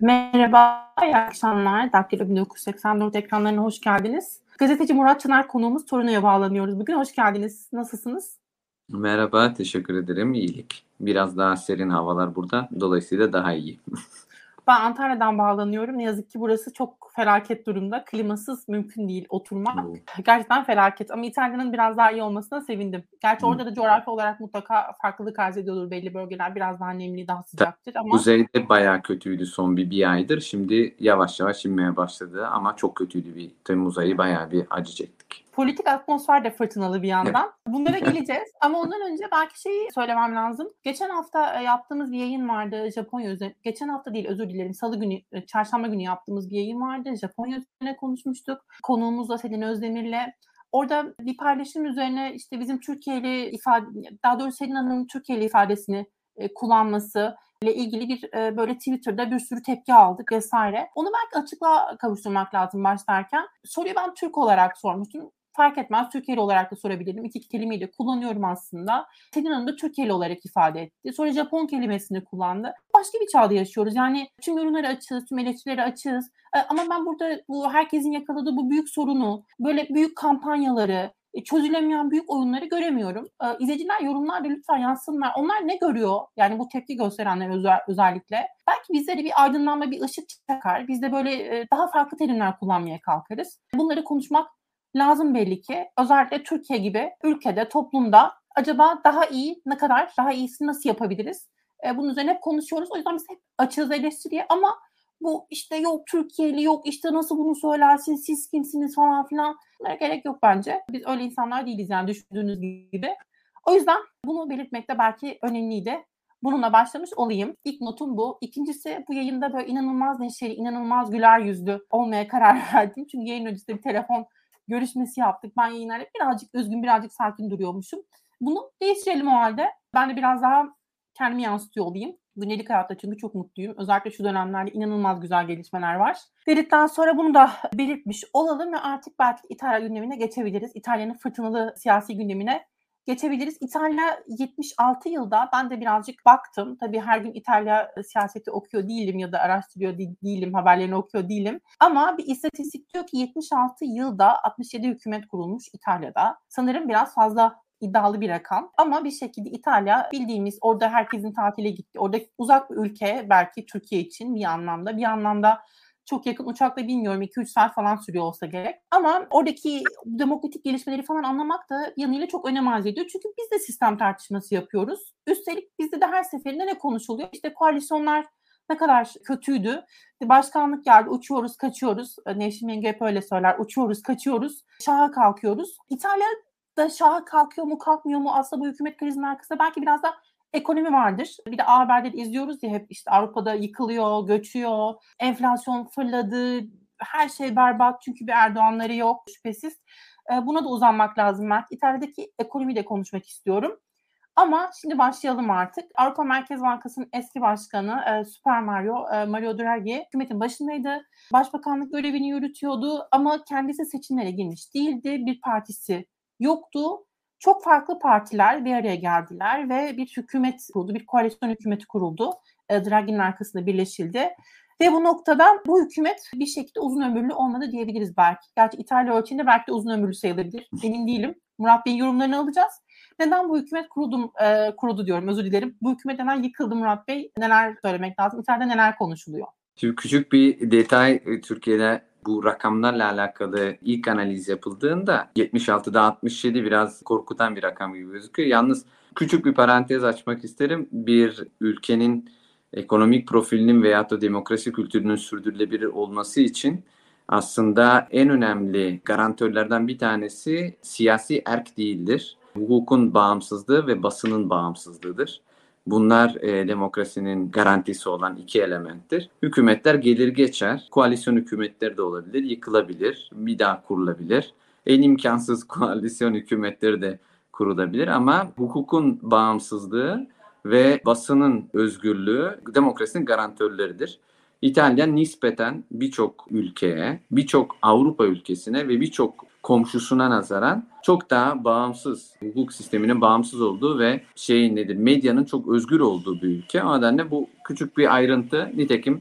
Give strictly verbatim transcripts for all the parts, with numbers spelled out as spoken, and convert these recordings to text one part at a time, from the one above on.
Merhaba, iyi akşamlar. Daktilo bin dokuz yüz seksen dört ekranlarına hoş geldiniz. Gazeteci Murat Çınar konuğumuz Torino'ya bağlanıyoruz bugün. Hoş geldiniz. Nasılsınız? Merhaba, teşekkür ederim. İyilik. Biraz daha serin havalar burada. Dolayısıyla daha iyi. Ben Antalya'dan bağlanıyorum. Ne yazık ki burası çok felaket durumda. Klimasız mümkün değil oturmak. Oo. Gerçekten felaket. Ama İtalya'nın biraz daha iyi olmasına sevindim. Gerçi Hı. orada da coğrafi olarak mutlaka farklılık arz ediyordur. Belli bölgeler biraz daha nemli, daha Tabii, sıcaktır ama kuzeyde bayağı kötüydü son bir, bir aydır. Şimdi yavaş yavaş inmeye başladı ama çok kötüydü bir Temmuz ayı. Bayağı bir acı çektik. politik atmosfer de fırtınalı bir Evet. yandan. Bunlara geleceğiz. Ama ondan önce belki şeyi söylemem lazım. Geçen hafta e, yaptığımız bir yayın vardı Japonya üzerine. Geçen hafta değil, özür dilerim. Salı günü, e, çarşamba günü yaptığımız bir yayın vardı. Japonya üzerine konuşmuştuk. Konuğumuz da Selin Özdemir'le. Orada bir paylaşım üzerine işte bizim Türkiye'li ifade, daha doğrusu Selin Hanım'ın Türkiye'li ifadesini e, kullanması ile ilgili bir e, böyle Twitter'da bir sürü tepki aldık vesaire. Onu belki açıklığa kavuşturmak lazım başlarken. Soruyu ben Türk olarak sormuştum. Fark etmez, Türkiye'li olarak da sorabilirim. İki kelimeyi de kullanıyorum aslında. Selin Hanım da Türkiye'li olarak ifade etti. Sonra Japon kelimesini kullandı. Başka bir çağda yaşıyoruz. Yani tüm yorumları açığız, tüm eleştirileri açığız. E, ama ben burada bu herkesin yakaladığı bu büyük sorunu, böyle büyük kampanyaları, e, çözülemeyen büyük oyunları göremiyorum. E, izleyiciler yorumlarda lütfen yazsınlar. Onlar ne görüyor? Yani bu tepki gösterenler özel, özellikle. Belki bizlere bir aydınlanma, bir ışık çakar. Biz de böyle e, daha farklı terimler kullanmaya kalkarız. Bunları konuşmak lazım belli ki. Özellikle Türkiye gibi ülkede, toplumda acaba daha iyi, ne kadar, daha iyisini nasıl yapabiliriz? E, bunun üzerine hep konuşuyoruz. O yüzden biz hep açığız eleştiriye ama bu işte yok Türkiye'li, yok işte nasıl bunu söylersin, siz kimsiniz falan filan. Bunlara gerek yok bence. Biz öyle insanlar değiliz yani düşündüğünüz gibi. O yüzden bunu belirtmek de belki önemliydi. Bununla başlamış olayım. İlk notum bu. İkincisi, bu yayında böyle inanılmaz neşeli, inanılmaz güler yüzlü olmaya karar verdim. Çünkü yayın öncesinde bir telefon görüşmesi yaptık. Ben yayınlarda birazcık üzgün, birazcık sakin duruyormuşum. Bunu değiştirelim o halde. Ben de biraz daha kendimi yansıtıyor olayım. Gündelik hayatta çünkü çok mutluyum. Özellikle şu dönemlerde inanılmaz güzel gelişmeler var. Dedikten sonra bunu da belirtmiş olalım ve artık belki İtalya gündemine geçebiliriz. İtalya'nın fırtınalı siyasi gündemine geçebiliriz. İtalya yetmiş altı yılda, ben de birazcık baktım. Tabii her gün İtalya siyaseti okuyor değilim ya da araştırıyor değilim, haberlerini okuyor değilim. Ama bir istatistik diyor ki yetmiş altı yılda altmış yedi hükümet kurulmuş İtalya'da. Sanırım biraz fazla iddialı bir rakam. Ama bir şekilde İtalya bildiğimiz, orada herkesin tatile gitti. Orada uzak bir ülke belki Türkiye için bir anlamda. Bir anlamda çok yakın, uçakla bilmiyorum iki üç saat falan sürüyor olsa gerek. Ama oradaki demokratik gelişmeleri falan anlamak da yanıyla çok önem arz ediyor. Çünkü biz de sistem tartışması yapıyoruz. Üstelik bizde de her seferinde ne konuşuluyor? İşte koalisyonlar ne kadar kötüydü. Başkanlık geldi, uçuyoruz, kaçıyoruz. Nevşin Mengü hep öyle söyler. Uçuyoruz, kaçıyoruz, şaha kalkıyoruz. İtalya da şaha kalkıyor mu, kalkmıyor mu? Aslında bu hükümet krizinin arkasında belki biraz da ekonomi vardır. Bir de A Haber'de izliyoruz ya hep işte Avrupa'da yıkılıyor, göçüyor, enflasyon fırladı, her şey berbat çünkü bir Erdoğanları yok şüphesiz. Buna da uzanmak lazım belki. İtalya'daki ekonomiyi de konuşmak istiyorum. Ama şimdi başlayalım artık. Avrupa Merkez Bankası'nın eski başkanı Super Mario, Mario Draghi hükümetin başındaydı. Başbakanlık görevini yürütüyordu ama kendisi seçimlere girmiş değildi. Bir partisi yoktu. Çok farklı partiler bir araya geldiler ve bir hükümet kuruldu, bir koalisyon hükümeti kuruldu. Draghi'nin arkasında birleşildi. Ve bu noktada bu hükümet bir şekilde uzun ömürlü olmadı diyebiliriz belki. Gerçi İtalya ölçeğinde belki de uzun ömürlü sayılabilir. Emin değilim. Murat Bey'in yorumlarını alacağız. Neden bu hükümet kuruldu, e, kuruldu diyorum, özür dilerim. Bu hükümet neden yıkıldı Murat Bey? Neler söylemek lazım? İtalya'da neler konuşuluyor? Şimdi küçük bir detay, Türkiye'de bu rakamlarla alakalı ilk analiz yapıldığında yetmiş altıda altmış yedi biraz korkutan bir rakam gibi gözüküyor. Yalnız küçük bir parantez açmak isterim. Bir ülkenin ekonomik profilinin veyahut da demokrasi kültürünün sürdürülebilir olması için aslında en önemli garantörlerden bir tanesi siyasi erk değildir. Hukukun bağımsızlığı ve basının bağımsızlığıdır. Bunlar e, demokrasinin garantisi olan iki elementtir. Hükümetler gelir geçer. Koalisyon hükümetleri de olabilir, yıkılabilir, bir daha kurulabilir. En imkansız koalisyon hükümetleri de kurulabilir ama hukukun bağımsızlığı ve basının özgürlüğü demokrasinin garantörleridir. İtalya nispeten birçok ülkeye, birçok Avrupa ülkesine ve birçok komşusuna nazaran çok daha bağımsız, hukuk sisteminin bağımsız olduğu ve şeyin nedir, medyanın çok özgür olduğu bir ülke. O nedenle bu küçük bir ayrıntı, nitekim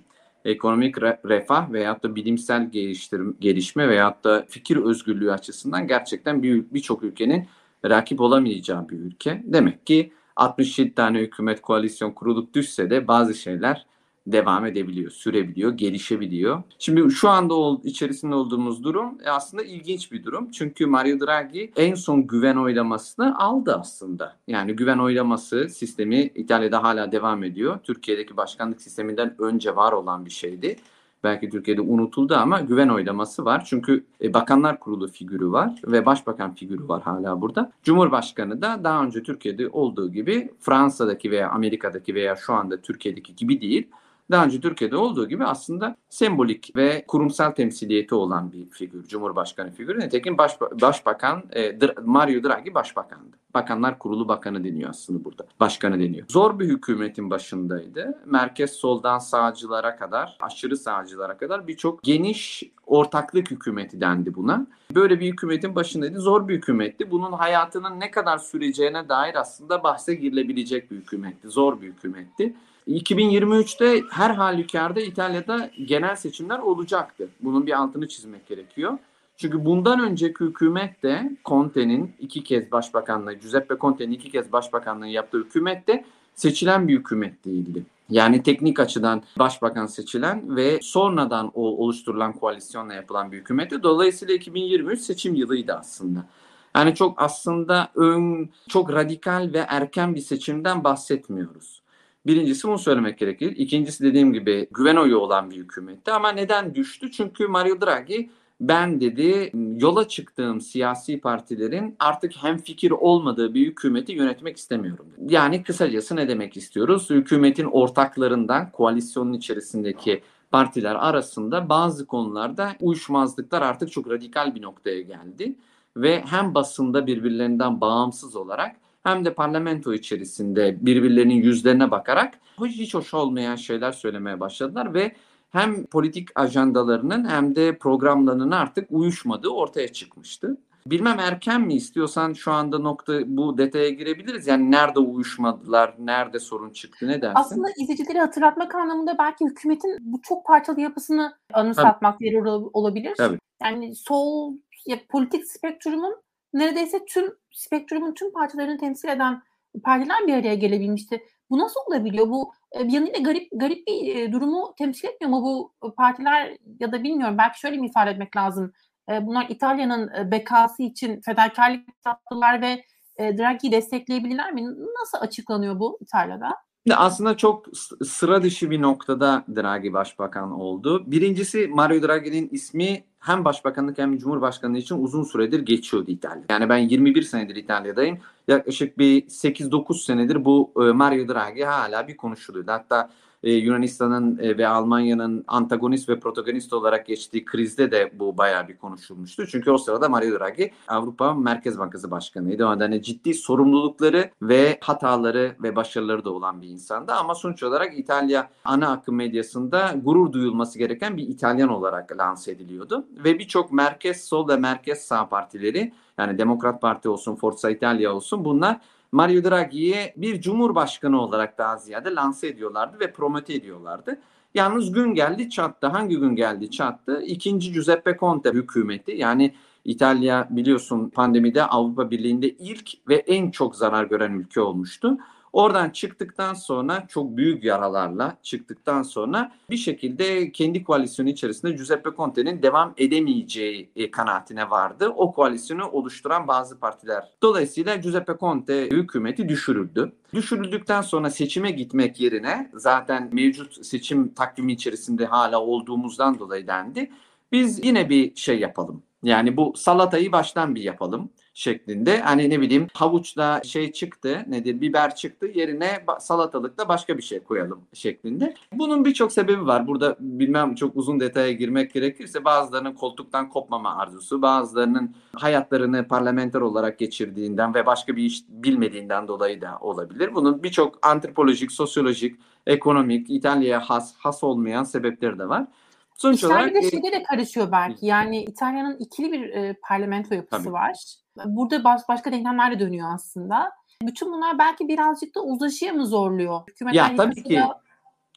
ekonomik re- refah veyahut da bilimsel geliştirme, gelişme veyahut da fikir özgürlüğü açısından gerçekten bir, birçok ülkenin rakip olamayacağı bir ülke. Demek ki altmış yedi tane hükümet koalisyon kurulup düşse de bazı şeyler devam edebiliyor, sürebiliyor, gelişebiliyor. Şimdi şu anda ol, içerisinde olduğumuz durum aslında ilginç bir durum. Çünkü Mario Draghi en son güven oylamasını aldı aslında. Yani güven oylaması sistemi İtalya'da hala devam ediyor. Türkiye'deki başkanlık sisteminden önce var olan bir şeydi. Belki Türkiye'de unutuldu ama güven oylaması var. Çünkü e, Bakanlar Kurulu figürü var ve Başbakan figürü var hala burada. Cumhurbaşkanı da daha önce Türkiye'de olduğu gibi Fransa'daki veya Amerika'daki veya şu anda Türkiye'deki gibi değil. Daha önce Türkiye'de olduğu gibi aslında sembolik ve kurumsal temsiliyeti olan bir figür, Cumhurbaşkanı figürü. Nitekim Başba- Başbakan e, Mario Draghi Başbakandı. Bakanlar Kurulu Bakanı deniyor aslında burada. Başkanı deniyor. Zor bir hükümetin başındaydı. Merkez soldan sağcılara kadar, aşırı sağcılara kadar birçok geniş ortaklık hükümeti dendi buna. Böyle bir hükümetin başındaydı. Zor bir hükümetti. Bunun hayatının ne kadar süreceğine dair aslında bahse girilebilecek bir hükümetti. Zor bir hükümetti. iki bin yirmi üçte her halükarda İtalya'da genel seçimler olacaktı. Bunun bir altını çizmek gerekiyor. Çünkü bundan önceki hükümet de Conte'nin iki kez başbakanlığı, Giuseppe Conte'nin iki kez başbakanlığı yaptığı hükümet de seçilen bir hükümet değildi. Yani teknik açıdan başbakan seçilen ve sonradan o oluşturulan koalisyonla yapılan bir hükümetti. Dolayısıyla iki bin yirmi üç seçim yılıydı aslında. Yani çok aslında ön, çok radikal ve erken bir seçimden bahsetmiyoruz. Birincisi bunu söylemek gerekir. İkincisi dediğim gibi güven oyu olan bir hükümetti. Ama neden düştü? Çünkü Mario Draghi ben dedi yola çıktığım siyasi partilerin artık hemfikir olmadığı bir hükümeti yönetmek istemiyorum dedi. Yani kısacası ne demek istiyoruz? Hükümetin ortaklarından koalisyonun içerisindeki partiler arasında bazı konularda uyuşmazlıklar artık çok radikal bir noktaya geldi. Ve hem basında birbirlerinden bağımsız olarak hem de parlamento içerisinde birbirlerinin yüzlerine bakarak hiç hoş olmayan şeyler söylemeye başladılar ve hem politik ajandalarının hem de programlarının artık uyuşmadığı ortaya çıkmıştı. Bilmem erken mi istiyorsan şu anda nokta bu detaya girebiliriz. Yani nerede uyuşmadılar, nerede sorun çıktı, ne dersin? Aslında izleyicileri hatırlatmak anlamında belki hükümetin bu çok parçalı yapısını anımsatmak yarar olabilir. Tabii. Yani sol ya, politik spektrumun neredeyse tüm spektrumun tüm parçalarını temsil eden partiler bir araya gelebilmişti. Bu nasıl olabiliyor? Bu bir yanıyla garip garip bir durumu temsil etmiyor mu bu partiler ya da bilmiyorum belki şöyle mi ifade etmek lazım? Bunlar İtalya'nın bekası için fedakarlık yaptılar ve Draghi'yi destekleyebilirler mi? Nasıl açıklanıyor bu İtalya'da? Aslında çok sıra dışı bir noktada Draghi başbakan oldu. Birincisi Mario Draghi'nin ismi hem başbakanlık hem cumhurbaşkanlığı için uzun süredir geçiyordu İtalya. Yani ben yirmi bir senedir İtalya'dayım. Yaklaşık bir sekiz dokuz senedir bu Mario Draghi hala bir konuşuluyordu. Hatta Yunanistan'ın ve Almanya'nın antagonist ve protagonist olarak geçtiği krizde de bu bayağı bir konuşulmuştu. Çünkü o sırada Mario Draghi Avrupa Merkez Bankası Başkanı'ydı. O nedenle ciddi sorumlulukları ve hataları ve başarıları da olan bir insandı. Ama sonuç olarak İtalya ana akım medyasında gurur duyulması gereken bir İtalyan olarak lanse ediliyordu. Ve birçok merkez sol ve merkez sağ partileri yani Demokrat Parti olsun, Forza Italia olsun bunlar Mario Draghi'yi bir cumhurbaşkanı olarak daha ziyade lanse ediyorlardı ve promote ediyorlardı. Yalnız gün geldi çattı. Hangi gün geldi çattı? İkinci Giuseppe Conte hükümeti yani İtalya biliyorsun pandemide Avrupa Birliği'nde ilk ve en çok zarar gören ülke olmuştu. Oradan çıktıktan sonra çok büyük yaralarla çıktıktan sonra bir şekilde kendi koalisyonu içerisinde Giuseppe Conte'nin devam edemeyeceği kanaatine vardı. O koalisyonu oluşturan bazı partiler. Dolayısıyla Giuseppe Conte hükümeti düşürüldü. Düşürüldükten sonra seçime gitmek yerine zaten mevcut seçim takvimi içerisinde hala olduğumuzdan dolayı dendi. Biz yine bir şey yapalım. Yani bu salatayı baştan bir yapalım şeklinde. Hani ne bileyim havuçla şey çıktı nedir biber çıktı yerine salatalıkla başka bir şey koyalım şeklinde. Bunun birçok sebebi var. Burada bilmem çok uzun detaya girmek gerekirse bazılarının koltuktan kopmama arzusu, bazılarının hayatlarını parlamenter olarak geçirdiğinden ve başka bir iş bilmediğinden dolayı da olabilir. Bunun birçok antropolojik, sosyolojik, ekonomik, İtalya'ya has, has olmayan sebepleri de var. Sonuç İşler olarak bir de şeyde de karışıyor belki. Yani İtalya'nın ikili bir e, parlamento yapısı tabii. var. Burada baş, başka denklemler de dönüyor aslında. Bütün bunlar belki birazcık da uzlaşıya mı zorluyor? Hükümetler ya tabii ki.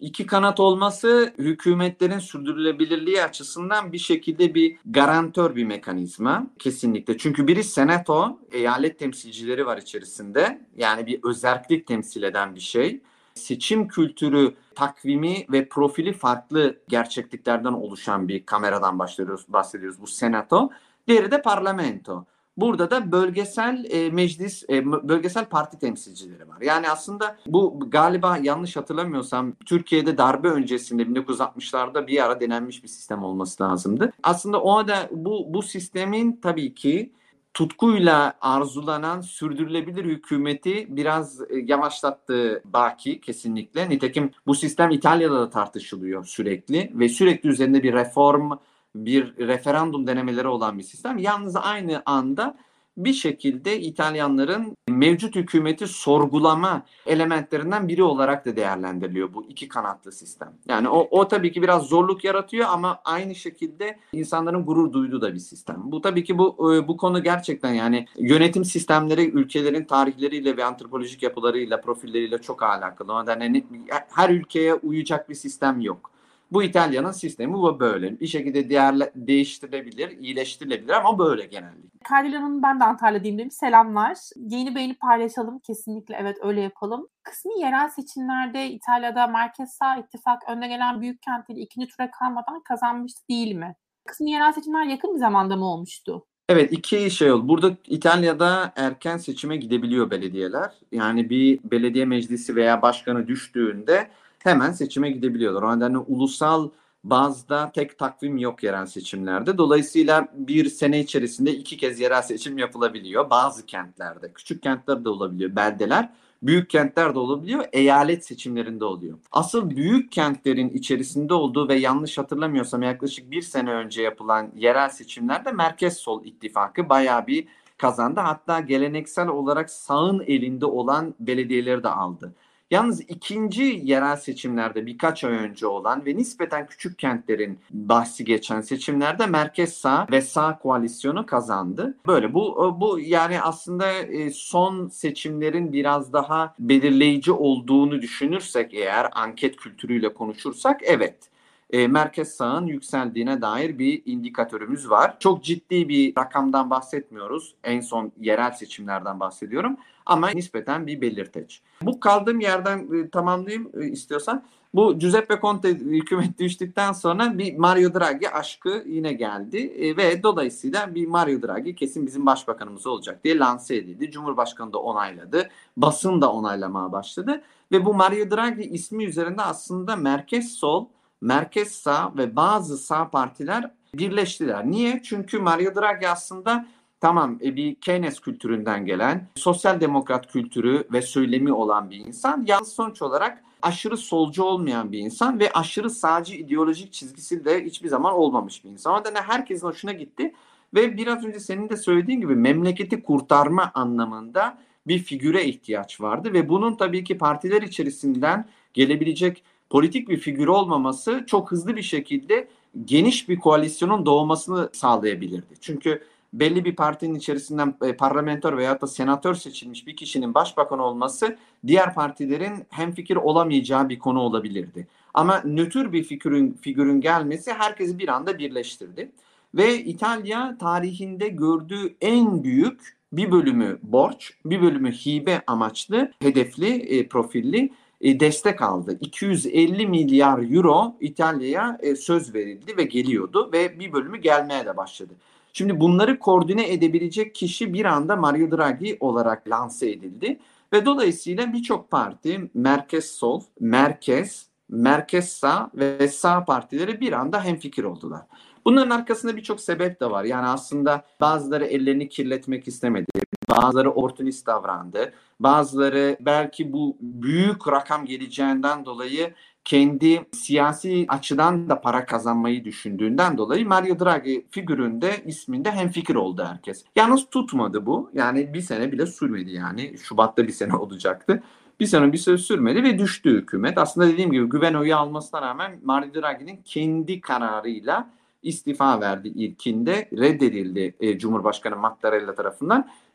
İki kanat olması hükümetlerin sürdürülebilirliği açısından bir şekilde bir garantör bir mekanizma kesinlikle. Çünkü biri senato, eyalet temsilcileri var içerisinde. Yani bir özerklik temsil eden bir şey. Seçim kültürü, takvimi ve profili farklı gerçekliklerden oluşan bir kameradan bahsediyoruz, bahsediyoruz bu senato. Diğeri de parlamento. Burada da bölgesel e, meclis, e, bölgesel parti temsilcileri var. Yani aslında bu galiba yanlış hatırlamıyorsam Türkiye'de darbe öncesinde bin dokuz yüz altmışlarda bir ara denenmiş bir sistem olması lazımdı. Aslında o da bu bu sistemin tabii ki tutkuyla arzulanan sürdürülebilir hükümeti biraz yavaşlattığı baki kesinlikle. Nitekim bu sistem İtalya'da da tartışılıyor sürekli ve sürekli üzerinde bir reform, bir referandum denemeleri olan bir sistem. Yalnız aynı anda bir şekilde İtalyanların mevcut hükümeti sorgulama elementlerinden biri olarak da değerlendiriliyor bu iki kanatlı sistem. Yani o, o tabii ki biraz zorluk yaratıyor ama aynı şekilde insanların gurur duyduğu da bir sistem. Bu tabii ki bu bu konu gerçekten yani yönetim sistemleri ülkelerin tarihleriyle ve antropolojik yapılarıyla, profilleriyle çok alakalı. O nedenle her ülkeye uyacak bir sistem yok. Bu İtalya'nın sistemi bu böyle. Bir şekilde değerle, değiştirilebilir, iyileştirilebilir ama böyle genellikle. Kardilan'ın ben de Antalya'dayım demiş. Selamlar. Yayını beğenip paylaşalım. Kesinlikle evet öyle yapalım. Kısmi yerel seçimlerde İtalya'da Merkez Sağ İttifak önde gelen büyük kentleri ikinci tura kalmadan kazanmıştı değil mi? Kısmi yerel seçimler yakın bir zamanda mı olmuştu? Evet, iki şey oldu. Burada İtalya'da erken seçime gidebiliyor belediyeler. Yani bir belediye meclisi veya başkanı düştüğünde hemen seçime gidebiliyorlar. O nedenle ulusal bazda tek takvim yok yerel seçimlerde. Dolayısıyla bir sene içerisinde iki kez yerel seçim yapılabiliyor bazı kentlerde. Küçük kentler de olabiliyor, beldeler. Büyük kentler de olabiliyor, eyalet seçimlerinde oluyor. Asıl büyük kentlerin içerisinde olduğu ve yanlış hatırlamıyorsam yaklaşık bir sene önce yapılan yerel seçimlerde Merkez Sol ittifakı bayağı bir kazandı. Hatta geleneksel olarak sağın elinde olan belediyeleri de aldı. Yalnız ikinci yerel seçimlerde birkaç ay önce olan ve nispeten küçük kentlerin bahsi geçen seçimlerde Merkez Sağ ve Sağ koalisyonu kazandı. Böyle bu bu yani aslında son seçimlerin biraz daha belirleyici olduğunu düşünürsek eğer anket kültürüyle konuşursak evet. Merkez Sağ'ın yükseldiğine dair bir indikatörümüz var. Çok ciddi bir rakamdan bahsetmiyoruz. En son yerel seçimlerden bahsediyorum. Ama nispeten bir belirteç. Bu kaldığım yerden e, tamamlayayım e, istiyorsan. Bu Giuseppe Conte hükümet düştükten sonra bir Mario Draghi aşkı yine geldi. E, ve dolayısıyla bir Mario Draghi kesin bizim başbakanımız olacak diye lanse edildi. Cumhurbaşkanı da onayladı. Basın da onaylamaya başladı. Ve bu Mario Draghi ismi üzerinde aslında merkez sol, merkez sağ ve bazı sağ partiler birleştiler. Niye? Çünkü Mario Draghi aslında tamam bir Keynes kültüründen gelen, sosyal demokrat kültürü ve söylemi olan bir insan. Yalnız sonuç olarak aşırı solcu olmayan bir insan ve aşırı sağcı ideolojik çizgisi de hiçbir zaman olmamış bir insan. O nedenle herkesin hoşuna gitti ve biraz önce senin de söylediğin gibi memleketi kurtarma anlamında bir figüre ihtiyaç vardı ve bunun tabii ki partiler içerisinden gelebilecek politik bir figür olmaması çok hızlı bir şekilde geniş bir koalisyonun doğmasını sağlayabilirdi. Çünkü belli bir partinin içerisinden e, parlamentör veya da senatör seçilmiş bir kişinin başbakan olması diğer partilerin hemfikir olamayacağı bir konu olabilirdi. Ama nötr bir figürün, figürün gelmesi herkesi bir anda birleştirdi. Ve İtalya tarihinde gördüğü en büyük bir bölümü borç, bir bölümü hibe amaçlı, hedefli, e, profilli e, destek aldı. iki yüz elli milyar euro İtalya'ya e, söz verildi ve geliyordu ve bir bölümü gelmeye de başladı. Şimdi bunları koordine edebilecek kişi bir anda Mario Draghi olarak lanse edildi ve dolayısıyla birçok parti merkez sol, merkez, merkez sağ ve sağ partileri bir anda hemfikir oldular. Bunların arkasında birçok sebep de var. Yani aslında bazıları ellerini kirletmek istemedi, bazıları oportunist davrandı, bazıları belki bu büyük rakam geleceğinden dolayı kendi siyasi açıdan da para kazanmayı düşündüğünden dolayı Mario Draghi figüründe, isminde hemfikir oldu herkes. Yalnız tutmadı bu. Yani bir sene bile sürmedi yani. Şubat'ta bir sene olacaktı. Bir sene bir süre sürmedi ve düştü hükümet. Aslında dediğim gibi güven oyu almasına rağmen Mario Draghi'nin kendi kararıyla istifa verdi ilkinde. Reddedildi e, Cumhurbaşkanı Mattarella tarafından.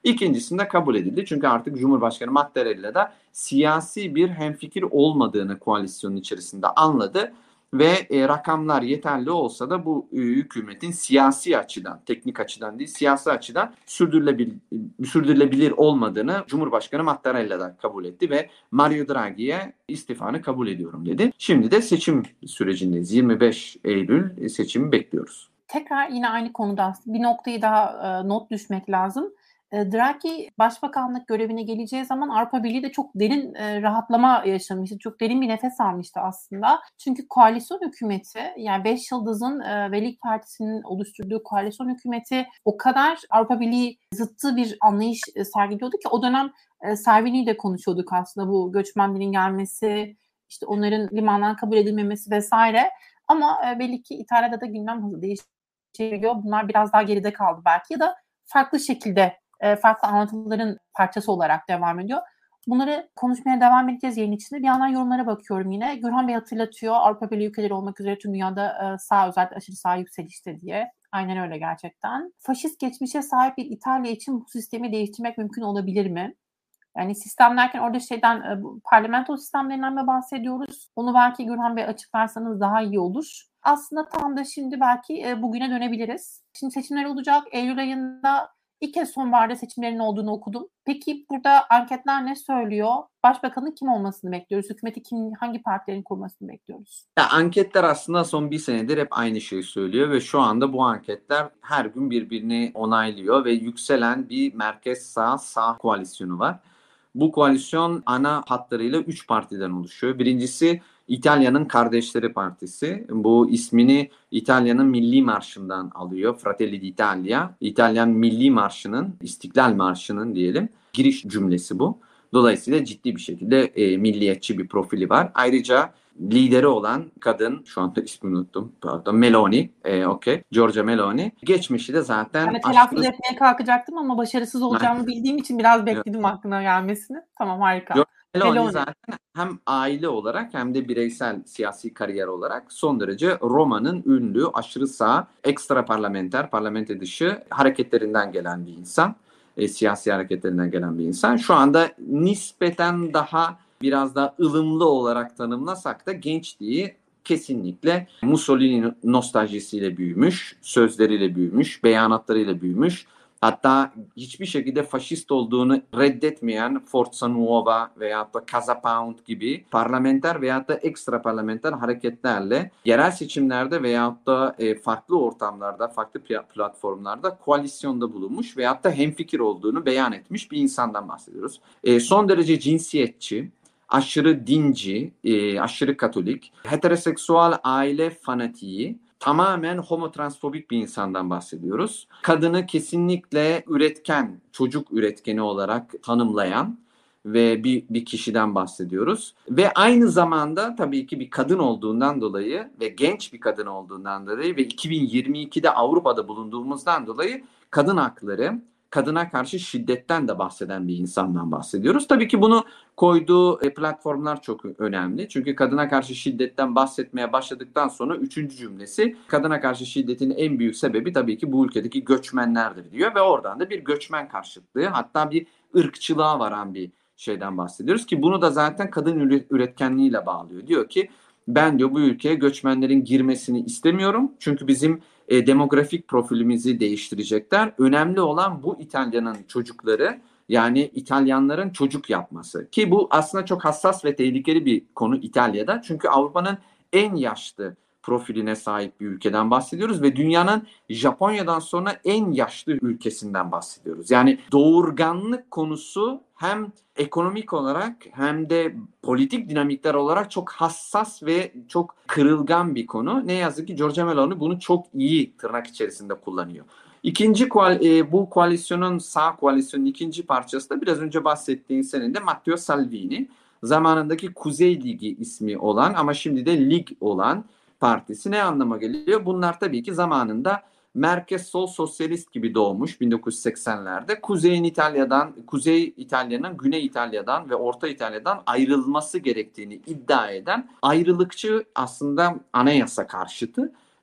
İkincisinde kabul edildi. Çünkü artık Cumhurbaşkanı Mattarella da siyasi bir hemfikir olmadığını koalisyonun içerisinde anladı. Ve e, rakamlar yeterli olsa da bu e, hükümetin siyasi açıdan, teknik açıdan değil, siyasi açıdan sürdürülebilir, sürdürülebilir olmadığını Cumhurbaşkanı Mattarella da kabul etti ve Mario Draghi'ye istifanı kabul ediyorum dedi. Şimdi de seçim sürecindeyiz. yirmi beş Eylül seçimi bekliyoruz. Tekrar yine aynı konuda bir noktayı daha e, not düşmek lazım. E, Draghi başbakanlık görevine geleceği zaman Avrupa Birliği de çok derin e, rahatlama yaşamıştı. Çok derin bir nefes almıştı aslında. Çünkü koalisyon hükümeti, yani Beş Yıldız'ın e, ve Lig Partisi'nin oluşturduğu koalisyon hükümeti o kadar Avrupa Birliği zıttı bir anlayış e, sergiliyordu ki o dönem e, Salvini'yi de konuşuyorduk aslında, bu göçmenlerin gelmesi, işte onların limandan kabul edilmemesi vesaire. Ama e, belli ki İtalya'da da gündem hızlı değişiyor. Bunlar biraz daha geride kaldı belki, ya da farklı şekilde, e, farklı anlatıların parçası olarak devam ediyor. Bunları konuşmaya devam edeceğiz yayın içinde. Bir yandan yorumlara bakıyorum yine. Gürhan Bey hatırlatıyor, Avrupa Birliği ülkeleri olmak üzere tüm dünyada e, sağ, özellikle aşırı sağ yükselişte diye. Aynen öyle gerçekten. Faşist geçmişe sahip bir İtalya için bu sistemi değiştirmek mümkün olabilir mi? Yani sistem derken orada şeyden, e, parlamento sistemlerinden mi bahsediyoruz? Onu belki Gürhan Bey açıklarsanız daha iyi olur. Aslında tam da şimdi belki e, bugüne dönebiliriz. Şimdi seçimler olacak. Eylül ayında ilk kez sonbaharda seçimlerin olduğunu okudum. Peki burada anketler ne söylüyor? Başbakanın kim olmasını bekliyoruz? Hükümeti kim, hangi partilerin kurmasını bekliyoruz? Ya, anketler aslında son bir senedir hep aynı şeyi söylüyor ve şu anda bu anketler her gün birbirini onaylıyor ve yükselen bir merkez sağ sağ koalisyonu var. Bu koalisyon ana hatlarıyla üç partiden oluşuyor. Birincisi İtalya'nın Kardeşleri Partisi. Bu ismini İtalya'nın Milli Marşı'ndan alıyor. Fratelli d'Italia. İtalyan Milli Marşı'nın, İstiklal Marşı'nın diyelim, giriş cümlesi bu. Dolayısıyla ciddi bir şekilde e, milliyetçi bir profili var. Ayrıca lideri olan kadın, şu anda ismini unuttum, pardon, Meloni, e, okay, Giorgia Meloni. Geçmişi de zaten Ben de telaffuz aşırı... etmeye kalkacaktım ama başarısız olacağımı bildiğim için biraz bekledim aklına gelmesini. Tamam, harika. Giorgia Meloni, Meloni zaten hem aile olarak hem de bireysel siyasi kariyer olarak son derece Roma'nın ünlü aşırı sağ ekstra parlamenter, parlamento dışı hareketlerinden gelen bir insan. E, siyasi hareketlerinden gelen bir insan. Şu anda nispeten daha biraz daha ılımlı olarak tanımlasak da gençliği kesinlikle Mussolini nostaljisiyle büyümüş, sözleriyle büyümüş, beyanatlarıyla büyümüş. Hatta hiçbir şekilde faşist olduğunu reddetmeyen Forza Nuova veyahut da Casa Pound gibi parlamenter veyahut da ekstra parlamenter hareketlerle yerel seçimlerde veyahut da e, farklı ortamlarda, farklı platformlarda koalisyonda bulunmuş veyahut da hemfikir olduğunu beyan etmiş bir insandan bahsediyoruz. E, son derece cinsiyetçi, aşırı dinci, e, aşırı katolik, heteroseksüel aile fanatiği, tamamen homotransfobik bir insandan bahsediyoruz. Kadını kesinlikle üretken, çocuk üretkeni olarak tanımlayan ve bir, bir kişiden bahsediyoruz. Ve aynı zamanda tabii ki bir kadın olduğundan dolayı ve genç bir kadın olduğundan dolayı ve iki bin yirmi ikide Avrupa'da bulunduğumuzdan dolayı kadın hakları, kadına karşı şiddetten de bahseden bir insandan bahsediyoruz. Tabii ki bunu koyduğu platformlar çok önemli. Çünkü kadına karşı şiddetten bahsetmeye başladıktan sonra üçüncü cümlesi kadına karşı şiddetin en büyük sebebi tabii ki bu ülkedeki göçmenlerdir diyor ve oradan da bir göçmen karşıtlığı, hatta bir ırkçılığa varan bir şeyden bahsediyoruz ki bunu da zaten kadın üretkenliğiyle bağlıyor. Diyor ki ben diyor bu ülkeye göçmenlerin girmesini istemiyorum. Çünkü bizim e, demografik profilimizi değiştirecekler. Önemli olan bu İtalya'nın çocukları, yani İtalyanların çocuk yapması. Ki bu aslında çok hassas ve tehlikeli bir konu İtalya'da. Çünkü Avrupa'nın en yaşlı profiline sahip bir ülkeden bahsediyoruz ve dünyanın Japonya'dan sonra en yaşlı ülkesinden bahsediyoruz. Yani doğurganlık konusu hem ekonomik olarak hem de politik dinamikler olarak çok hassas ve çok kırılgan bir konu. Ne yazık ki Giorgia Meloni bunu çok iyi tırnak içerisinde kullanıyor. İkinci e, bu koalisyonun, sağ koalisyonun ikinci parçası da biraz önce bahsettiğin senin de Matteo Salvini. Zamanındaki Kuzey Ligi ismi olan ama şimdi de Lig olan partisi ne anlama geliyor? Bunlar tabii ki zamanında merkez sol sosyalist gibi doğmuş bin dokuz yüz seksenlerde. Kuzey'in İtalya'dan, Kuzey İtalya'nın Güney İtalya'dan ve Orta İtalya'dan ayrılması gerektiğini iddia eden ayrılıkçı, aslında anayasa karşıtı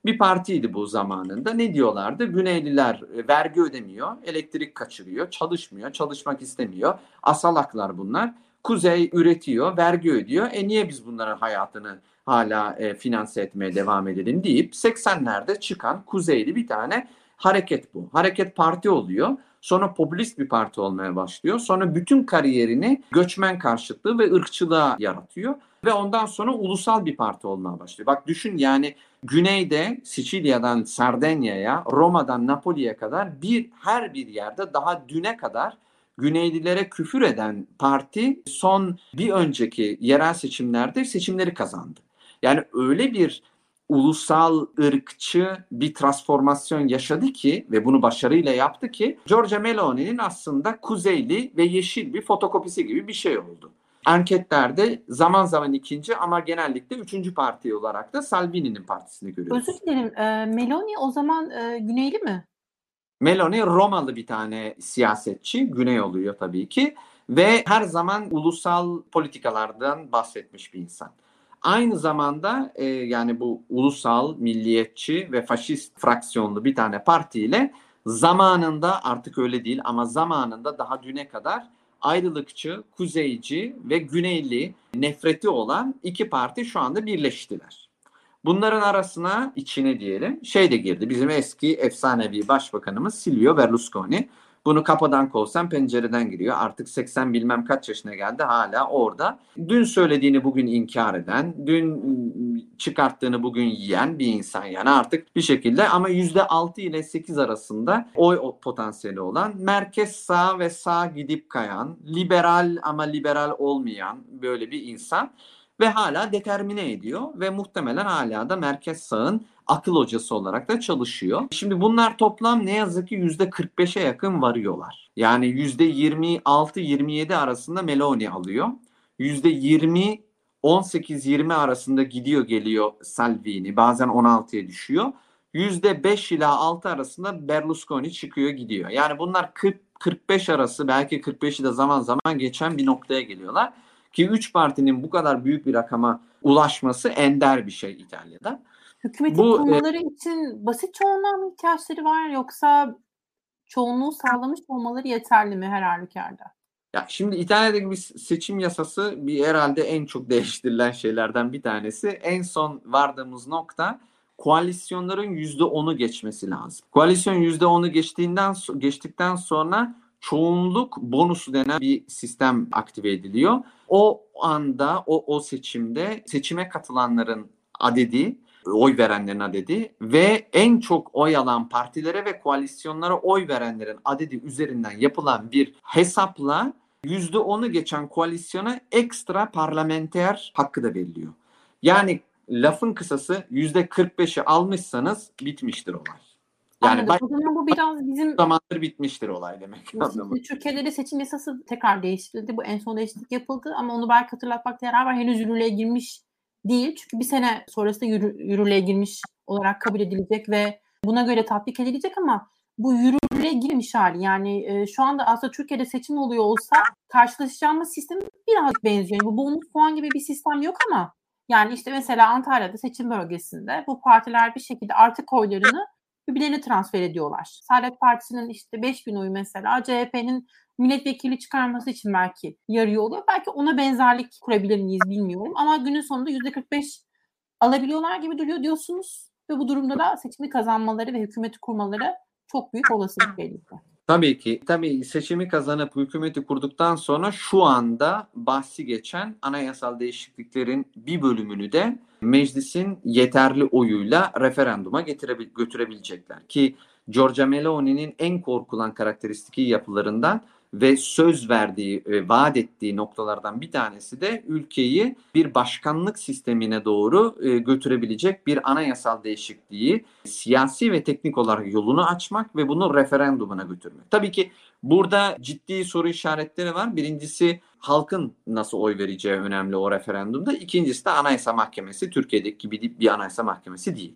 bir partiydi bu zamanında. Ne diyorlardı? Güneyliler vergi ödemiyor, elektrik kaçırıyor, çalışmıyor, çalışmak istemiyor. Asalaklar bunlar. Kuzey üretiyor, vergi ödüyor. E niye biz bunların hayatını hala e, finanse etmeye devam edelim deyip seksenlerde çıkan Kuzeyli bir tane hareket bu. Hareket parti oluyor. Sonra popülist bir parti olmaya başlıyor. Sonra bütün kariyerini göçmen karşıtlığı ve ırkçılığa yaratıyor. Ve ondan sonra ulusal bir parti olmaya başlıyor. Bak düşün yani güneyde Sicilya'dan Sardenya'ya, Roma'dan Napoli'ye kadar bir her bir yerde daha düne kadar Güneylilere küfür eden parti son bir önceki yerel seçimlerde seçimleri kazandı. Yani öyle bir ulusal ırkçı bir transformasyon yaşadı ki ve bunu başarıyla yaptı ki Giorgia Meloni'nin aslında kuzeyli ve yeşil bir fotokopisi gibi bir şey oldu. Anketlerde zaman zaman ikinci ama genellikle üçüncü parti olarak da Salvini'nin partisini görüyoruz. Özür dilerim. E, Meloni o zaman e, Güneyli mi? Meloni Romalı bir tane siyasetçi, Güney oluyor tabii ki ve her zaman ulusal politikalardan bahsetmiş bir insan. Aynı zamanda e, yani bu ulusal, milliyetçi ve faşist fraksiyonlu bir tane partiyle zamanında artık öyle değil ama zamanında daha düne kadar ayrılıkçı, kuzeyci ve güneyli nefreti olan iki parti şu anda birleştiler. Bunların arasına içine diyelim şey de girdi. Bizim eski efsanevi başbakanımız Silvio Berlusconi. Bunu kapıdan kovsan pencereden giriyor. Artık seksen bilmem kaç yaşına geldi hala orada. Dün söylediğini bugün inkar eden, dün çıkarttığını bugün yiyen bir insan yani artık bir şekilde ama yüzde altı ile sekiz arasında oy potansiyeli olan merkez sağ ve sağ gidip kayan, liberal ama liberal olmayan böyle bir insan. Ve hala determine ediyor ve muhtemelen hala da merkez sağın akıl hocası olarak da çalışıyor. Şimdi bunlar toplam ne yazık ki yüzde kırk beşe yakın varıyorlar. Yani yüzde yirmi altı yirmi yedi arasında Meloni alıyor. yüzde yirmi on sekiz yirmi arasında gidiyor geliyor Salvini. Bazen on altıya düşüyor. yüzde beş ila altı arasında Berlusconi çıkıyor gidiyor. Yani bunlar kırk kırk beş arası belki kırk beşi de zaman zaman geçen bir noktaya geliyorlar. Ki üç partinin bu kadar büyük bir rakama ulaşması ender bir şey İtalya'da. Hükümeti bu, kurmaları e... için basit çoğunluğa mı ihtiyaçları var yoksa çoğunluğu sağlamış olmaları yeterli mi her halükarda? Ya şimdi İtalya'daki bir seçim yasası bir herhalde en çok değiştirilen şeylerden bir tanesi. En son vardığımız nokta koalisyonların yüzde onu geçmesi lazım. Koalisyon yüzde onu geçtiğinden geçtikten sonra çoğunluk bonusu denen bir sistem aktive ediliyor. O anda o o seçimde seçime katılanların adedi, oy verenlerin adedi ve en çok oy alan partilere ve koalisyonlara oy verenlerin adedi üzerinden yapılan bir hesapla yüzde onu geçen koalisyona ekstra parlamenter hakkı da veriliyor. Yani lafın kısası yüzde kırk beşi almışsanız bitmiştir olay. Yani baş... o zaman bu biraz bizim zamandır bitmiştir olay demek. Türkiye'de de seçim yasası tekrar değiştirildi. Bu en son değişiklik yapıldı ama onu belki hatırlatmakta yarar var. Henüz yürürlüğe girmiş değil. Çünkü bir sene sonrasında yürü, yürürlüğe girmiş olarak kabul edilecek ve buna göre tatbik edilecek ama bu yürürlüğe girmiş hali. Yani e, şu anda aslında Türkiye'de seçim oluyor olsa karşılaşacağımız sistem biraz benziyor. Yani bu bonus puan gibi bir sistem yok ama yani işte mesela Antalya'da seçim bölgesinde bu partiler bir şekilde artık oylarını birbirlerine transfer ediyorlar. Saadet Partisi'nin işte beş bin oyu mesela C H P'nin milletvekili çıkarması için belki yarıyor oluyor. Belki ona benzerlik kurabilir miyiz bilmiyorum. Ama günün sonunda yüzde kırk beş alabiliyorlar gibi duruyor diyorsunuz. Ve bu durumda da seçimi kazanmaları ve hükümeti kurmaları çok büyük olasılık belirtiyor. Tabii ki. Tabii seçimi kazanıp hükümeti kurduktan sonra şu anda bahsi geçen anayasal değişikliklerin bir bölümünü de meclisin yeterli oyuyla referanduma getirebil- götürebilecekler. Ki Giorgia Meloni'nin en korkulan karakteristiki yapılarından ve söz verdiği, e, vaat ettiği noktalardan bir tanesi de ülkeyi bir başkanlık sistemine doğru e, götürebilecek bir anayasal değişikliği siyasi ve teknik olarak yolunu açmak ve bunu referandumuna götürmek. Tabii ki burada ciddi soru işaretleri var. Birincisi halkın nasıl oy vereceği önemli o referandumda. İkincisi de Anayasa Mahkemesi Türkiye'deki gibi bir anayasa mahkemesi değil.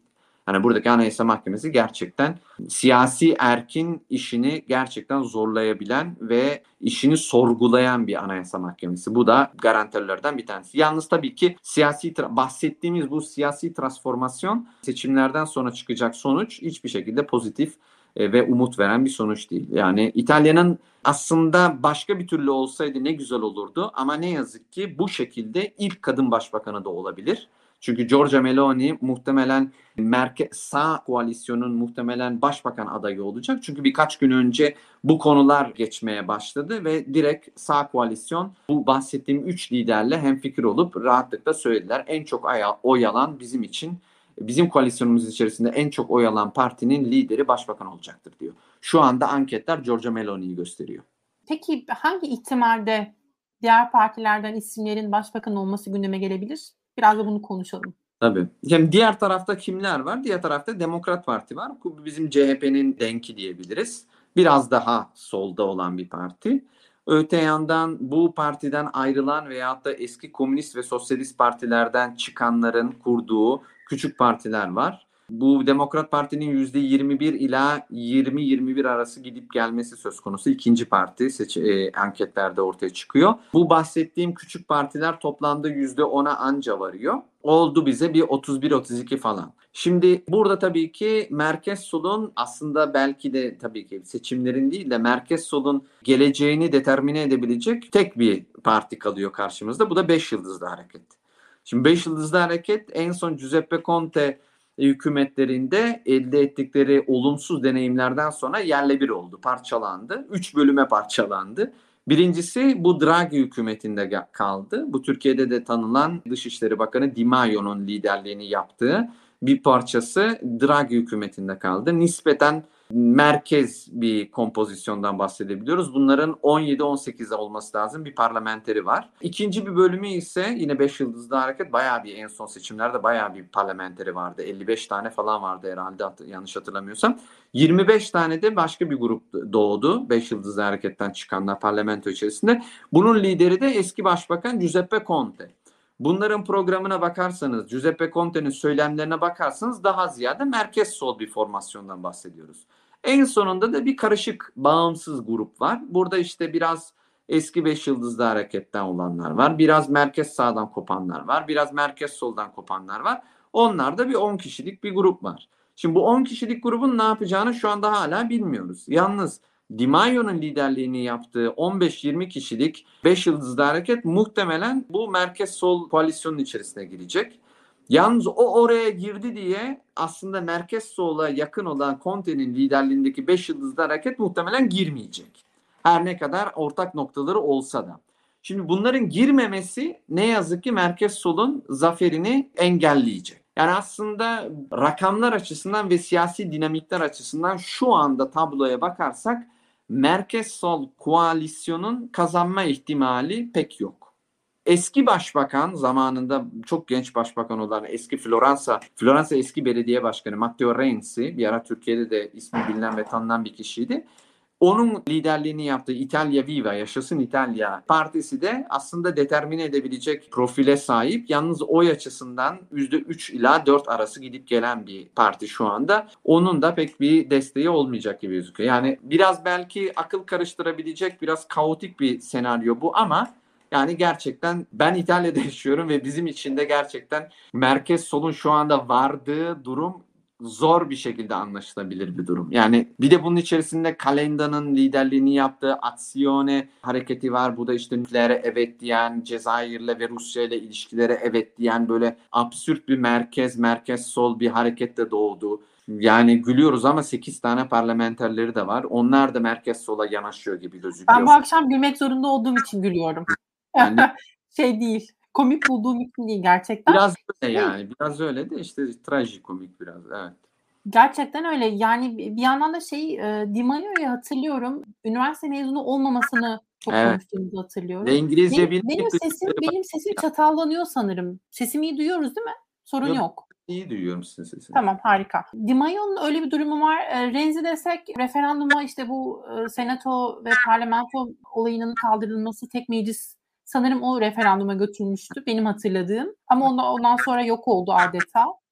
Hani buradaki Anayasa Mahkemesi gerçekten siyasi erkin işini gerçekten zorlayabilen ve işini sorgulayan bir Anayasa Mahkemesi. Bu da garantörlerden bir tanesi. Yalnız tabii ki siyasi bahsettiğimiz bu siyasi transformasyon seçimlerden sonra çıkacak sonuç hiçbir şekilde pozitif ve umut veren bir sonuç değil. Yani İtalya'nın aslında başka bir türlü olsaydı ne güzel olurdu ama ne yazık ki bu şekilde ilk kadın başbakanı da olabilir. Çünkü Giorgia Meloni muhtemelen merkez sağ koalisyonun muhtemelen başbakan adayı olacak. Çünkü birkaç gün önce bu konular geçmeye başladı ve direkt sağ koalisyon bu bahsettiğim üç liderle hemfikir olup rahatlıkla söylediler. En çok oy alan bizim için, bizim koalisyonumuz içerisinde en çok oy alan partinin lideri başbakan olacaktır diyor. Şu anda anketler Giorgia Meloni'yi gösteriyor. Peki hangi ihtimalde diğer partilerden isimlerin başbakan olması gündeme gelebilir? Biraz da bunu konuşalım. Tabii. Yani diğer tarafta kimler var? Diğer tarafta Demokrat Parti var. Bu bizim C H P'nin denki diyebiliriz. Biraz daha solda olan bir parti. Öte yandan bu partiden ayrılan veyahut da eski komünist ve sosyalist partilerden çıkanların kurduğu küçük partiler var. Bu Demokrat Parti'nin yüzde yirmi bir ila yirmi yirmi bir arası gidip gelmesi söz konusu. İkinci parti seç- e, anketlerde ortaya çıkıyor. Bu bahsettiğim küçük partiler toplamda yüzde ona anca varıyor. Oldu bize bir otuz bir otuz iki falan. Şimdi burada tabii ki merkez solun aslında belki de tabii ki seçimlerin değil de merkez solun geleceğini determine edebilecek tek bir parti kalıyor karşımızda. Bu da Beş Yıldızlı Hareket. Şimdi Beş Yıldızlı Hareket en son Giuseppe Conte hükümetlerinde elde ettikleri olumsuz deneyimlerden sonra yerle bir oldu, parçalandı. Üç bölüme parçalandı. Birincisi bu Draghi hükümetinde kaldı. Bu Türkiye'de de tanınan Dışişleri Bakanı Di Maio'nun liderliğini yaptığı bir parçası Draghi hükümetinde kaldı. Nispeten merkez bir kompozisyondan bahsedebiliyoruz. Bunların on yedi on sekizde olması lazım bir parlamenteri var. İkinci bir bölümü ise yine Beş Yıldızlı Hareket bayağı bir en son seçimlerde bayağı bir parlamenteri vardı. elli beş tane falan vardı herhalde yanlış hatırlamıyorsam. yirmi beş tane de başka bir grup doğdu. Beş Yıldızlı Hareket'ten çıkanlar parlamento içerisinde. Bunun lideri de eski başbakan Giuseppe Conte. Bunların programına bakarsanız, Giuseppe Conte'nin söylemlerine bakarsanız daha ziyade merkez sol bir formasyondan bahsediyoruz. En sonunda da bir karışık bağımsız grup var. Burada işte biraz eski Beş Yıldızlı Hareket'ten olanlar var. Biraz merkez sağdan kopanlar var. Biraz merkez soldan kopanlar var. Onlar da bir on kişilik bir grup var. Şimdi bu on kişilik grubun ne yapacağını şu anda hala bilmiyoruz. Yalnız Di Maio'nun liderliğini yaptığı on beş yirmi kişilik Beş Yıldızlı Hareket muhtemelen bu merkez sol koalisyonun içerisine girecek. Yalnız o oraya girdi diye aslında merkez sola yakın olan Conte'nin liderliğindeki Beş Yıldızlı Hareket muhtemelen girmeyecek. Her ne kadar ortak noktaları olsa da. Şimdi bunların girmemesi ne yazık ki merkez solun zaferini engelleyecek. Yani aslında rakamlar açısından ve siyasi dinamikler açısından şu anda tabloya bakarsak merkez sol koalisyonun kazanma ihtimali pek yok. Eski başbakan zamanında çok genç başbakan olan eski Floransa, Floransa eski belediye başkanı Matteo Renzi bir ara Türkiye'de de ismi bilinen ve tanınan bir kişiydi. Onun liderliğini yaptığı İtalya Viva, Yaşasın İtalya partisi de aslında determine edebilecek profile sahip. Yalnız oy açısından yüzde üç ila dört arası gidip gelen bir parti şu anda. Onun da pek bir desteği olmayacak gibi gözüküyor. Yani biraz belki akıl karıştırabilecek, biraz kaotik bir senaryo bu ama yani gerçekten ben İtalya'da yaşıyorum ve bizim için de gerçekten merkez solun şu anda vardığı durum zor bir şekilde anlaşılabilir bir durum. Yani bir de bunun içerisinde Calenda'nın liderliğini yaptığı Azione hareketi var. Bu da işte nükleere evet diyen, Cezayir'le ve Rusya ile ilişkilere evet diyen böyle absürt bir merkez, merkez sol bir hareketle doğdu. Yani gülüyoruz ama sekiz tane parlamenterleri de var. Onlar da merkez sola yanaşıyor gibi gözüküyor. Ben bu akşam gülmek zorunda olduğum için gülüyorum. Yani şey değil. Komik bulduğum için değil gerçekten. Biraz öyle yani. Biraz öyle de işte trajikomik biraz. Evet. Gerçekten öyle. Yani bir yandan da şey Di Maio'yu hatırlıyorum. Üniversite mezunu olmamasını çok evet. konuştuğumuzu hatırlıyorum. Ve İngilizce benim, benim sesim benim sesim çatallanıyor sanırım. Sesimi iyi duyuyoruz değil mi? Sorun yok. yok. İyi duyuyorum sizin sesini. Tamam, harika. Di Maio'nun öyle bir durumu var. Renzi desek referanduma işte bu senato ve parlamento olayının kaldırılması tek meclis sanırım o referanduma götürmüştü benim hatırladığım. Ama ondan, ondan sonra yok oldu adeta.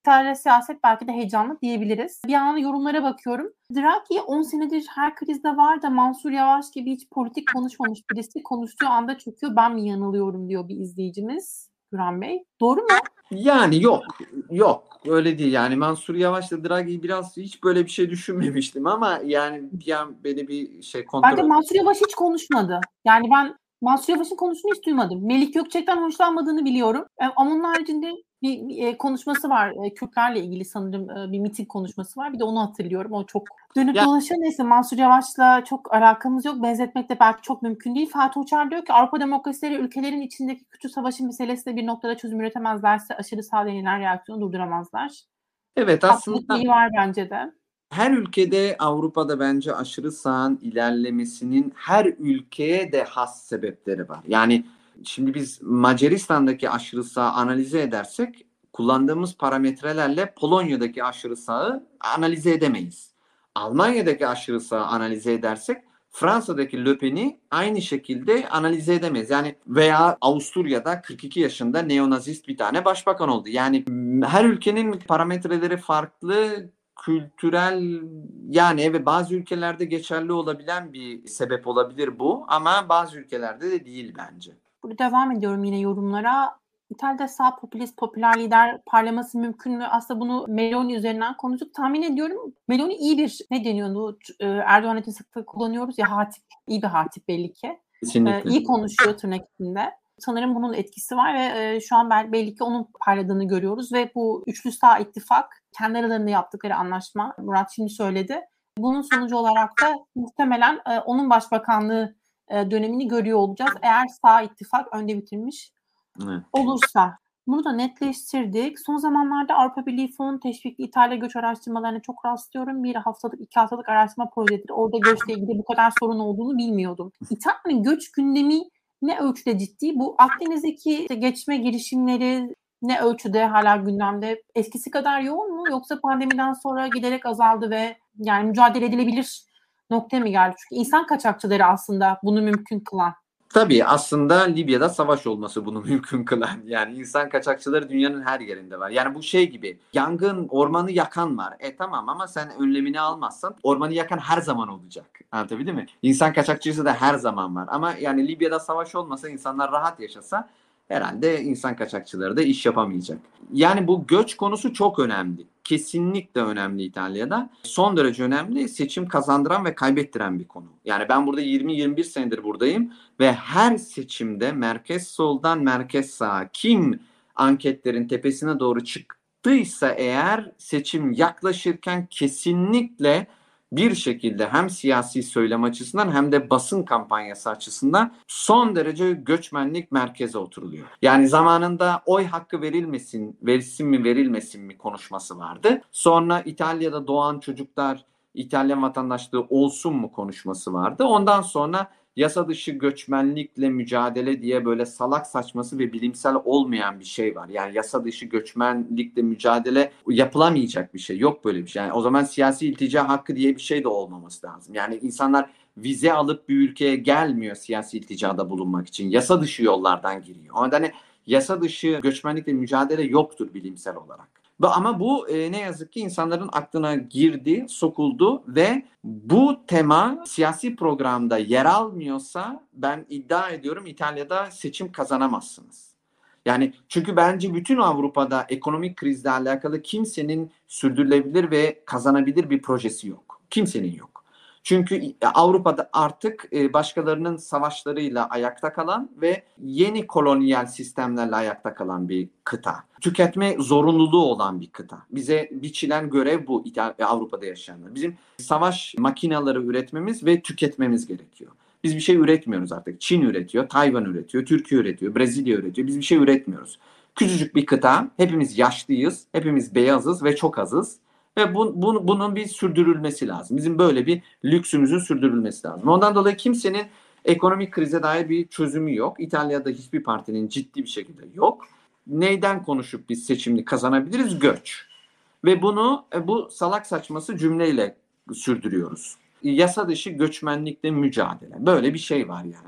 İtalya siyaset belki de heyecanlı diyebiliriz. Bir yandan yorumlara bakıyorum. Draghi on senedir her krizde var da Mansur Yavaş gibi hiç politik konuşmamış birisi konuştuğu anda çöküyor. Ben mi yanılıyorum diyor bir izleyicimiz. Güran Bey. Doğru mu? Yani yok. Yok. Öyle değil. Yani Mansur Yavaş'la Draghi biraz hiç böyle bir şey düşünmemiştim ama yani bir an beni bir şey kontrol... Bence Mansur Yavaş hiç konuşmadı. Yani ben Mansur Yavaş'ın konuştuğunu hiç duymadım. Melik Gökçek'ten hoşlanmadığını biliyorum. Ama onun haricinde bir, bir konuşması var. Kürtlerle ilgili sanırım bir miting konuşması var. Bir de onu hatırlıyorum. O çok dönüp ya, dolaşıyor. Neyse Mansur Yavaş'la çok alakamız yok. Benzetmek de belki çok mümkün değil. Fatih Uçar diyor ki Avrupa demokrasileri ülkelerin içindeki küçük savaşın meselesinde bir noktada çözüm üretemezlerse aşırı sağ denilen reaksiyonu durduramazlar. evet aslında haklılık var bence de. Her ülkede Avrupa'da bence aşırı sağın ilerlemesinin her ülkeye de has sebepleri var. Yani şimdi biz Macaristan'daki aşırı sağı analize edersek kullandığımız parametrelerle Polonya'daki aşırı sağı analize edemeyiz. Almanya'daki aşırı sağı analize edersek Fransa'daki Le Pen'i aynı şekilde analize edemeyiz. Yani veya Avusturya'da kırk iki yaşında neonazist bir tane başbakan oldu. Yani her ülkenin parametreleri farklı, kültürel, yani ve bazı ülkelerde geçerli olabilen bir sebep olabilir bu ama bazı ülkelerde de değil bence. Burada devam ediyorum yine yorumlara. İtalya'da sağ popülist popüler lider parlaması mümkün mü? Aslında bunu Meloni üzerinden konuştuk. Tahmin ediyorum Meloni iyi bir, ne deniyordu? Erdoğan için sıklıkla kullanıyoruz ya, hatip. İyi bir hatip belli ki. Kesinlikle. Ee, iyi konuşuyor tırnak içinde. Sanırım bunun etkisi var ve e, şu an belli ki onun parladığını görüyoruz ve bu üçlü sağ ittifak kendi aralarında yaptıkları anlaşma, Murat şimdi söyledi. Bunun sonucu olarak da muhtemelen e, onun başbakanlığı e, dönemini görüyor olacağız. Eğer sağ ittifak önde bitirmiş Evet. olursa. Bunu da netleştirdik. Son zamanlarda Avrupa Birliği Fon teşvikli İtalya göç araştırmalarına çok rastlıyorum. Bir haftalık, iki haftalık araştırma projeleri. Orada göçle ilgili bu kadar sorun olduğunu bilmiyordum. İtalya'nın göç gündemi ne ölçüde ciddi? Bu Akdeniz'deki işte geçme girişimleri ne ölçüde hala gündemde? Eskisi kadar yoğun mu? Yoksa pandemiden sonra giderek azaldı ve yani mücadele edilebilir noktaya mı geldi? Çünkü insan kaçakçıları aslında bunu mümkün kılan. Tabii aslında Libya'da savaş olması bunu mümkün kılan. Yani insan kaçakçıları dünyanın her yerinde var. Yani bu şey gibi, yangın, ormanı yakan var. E tamam ama sen önlemini almazsan ormanı yakan her zaman olacak. Anlatabildim mi? İnsan kaçakçısı da her zaman var. Ama yani Libya'da savaş olmasa, insanlar rahat yaşasa herhalde insan kaçakçıları da iş yapamayacak. Yani bu göç konusu çok önemli. Kesinlikle önemli İtalya'da. Son derece önemli, seçim kazandıran ve kaybettiren bir konu. Yani ben burada yirmi yirmi bir senedir buradayım ve her seçimde merkez soldan merkez sağa kim anketlerin tepesine doğru çıktıysa eğer, seçim yaklaşırken kesinlikle bir şekilde hem siyasi söylem açısından hem de basın kampanyası açısından son derece göçmenlik merkeze oturuluyor. Yani zamanında oy hakkı verilmesin, verilsin mi verilmesin mi konuşması vardı. Sonra İtalya'da doğan çocuklar İtalyan vatandaşlığı olsun mu konuşması vardı. Ondan sonra yasa dışı göçmenlikle mücadele diye böyle salak saçması ve bilimsel olmayan bir şey var. Yani yasa dışı göçmenlikle mücadele yapılamayacak bir şey. Yok böyle bir şey. Yani o zaman siyasi iltica hakkı diye bir şey de olmaması lazım. Yani insanlar vize alıp bir ülkeye gelmiyor siyasi ilticada bulunmak için. Yasa dışı yollardan giriyor. O nedenle yasa dışı göçmenlikle mücadele yoktur bilimsel olarak. Ama bu e, ne yazık ki insanların aklına girdi, sokuldu ve bu tema siyasi programda yer almıyorsa ben iddia ediyorum İtalya'da seçim kazanamazsınız. Yani çünkü bence bütün Avrupa'da ekonomik krizle alakalı kimsenin sürdürülebilir ve kazanabilir bir projesi yok. Kimsenin yok. Çünkü Avrupa'da artık başkalarının savaşlarıyla ayakta kalan ve yeni kolonyal sistemlerle ayakta kalan bir kıta. Tüketme zorunluluğu olan bir kıta. Bize biçilen görev bu, Avrupa'da yaşayanlar. Bizim savaş makineleri üretmemiz ve tüketmemiz gerekiyor. Biz bir şey üretmiyoruz artık. Çin üretiyor, Tayvan üretiyor, Türkiye üretiyor, Brezilya üretiyor. Biz bir şey üretmiyoruz. Küçücük bir kıta, hepimiz yaşlıyız, hepimiz beyazız ve çok azız. Ve bu, bu, bunun bir sürdürülmesi lazım. Bizim böyle bir lüksümüzün sürdürülmesi lazım. Ondan dolayı kimsenin ekonomik krize dair bir çözümü yok. İtalya'da hiçbir partinin ciddi bir şekilde yok. Neyden konuşup biz seçimini kazanabiliriz? Göç. Ve bunu bu salak saçması cümleyle sürdürüyoruz. Yasa dışı göçmenlikle mücadele. Böyle bir şey var yani.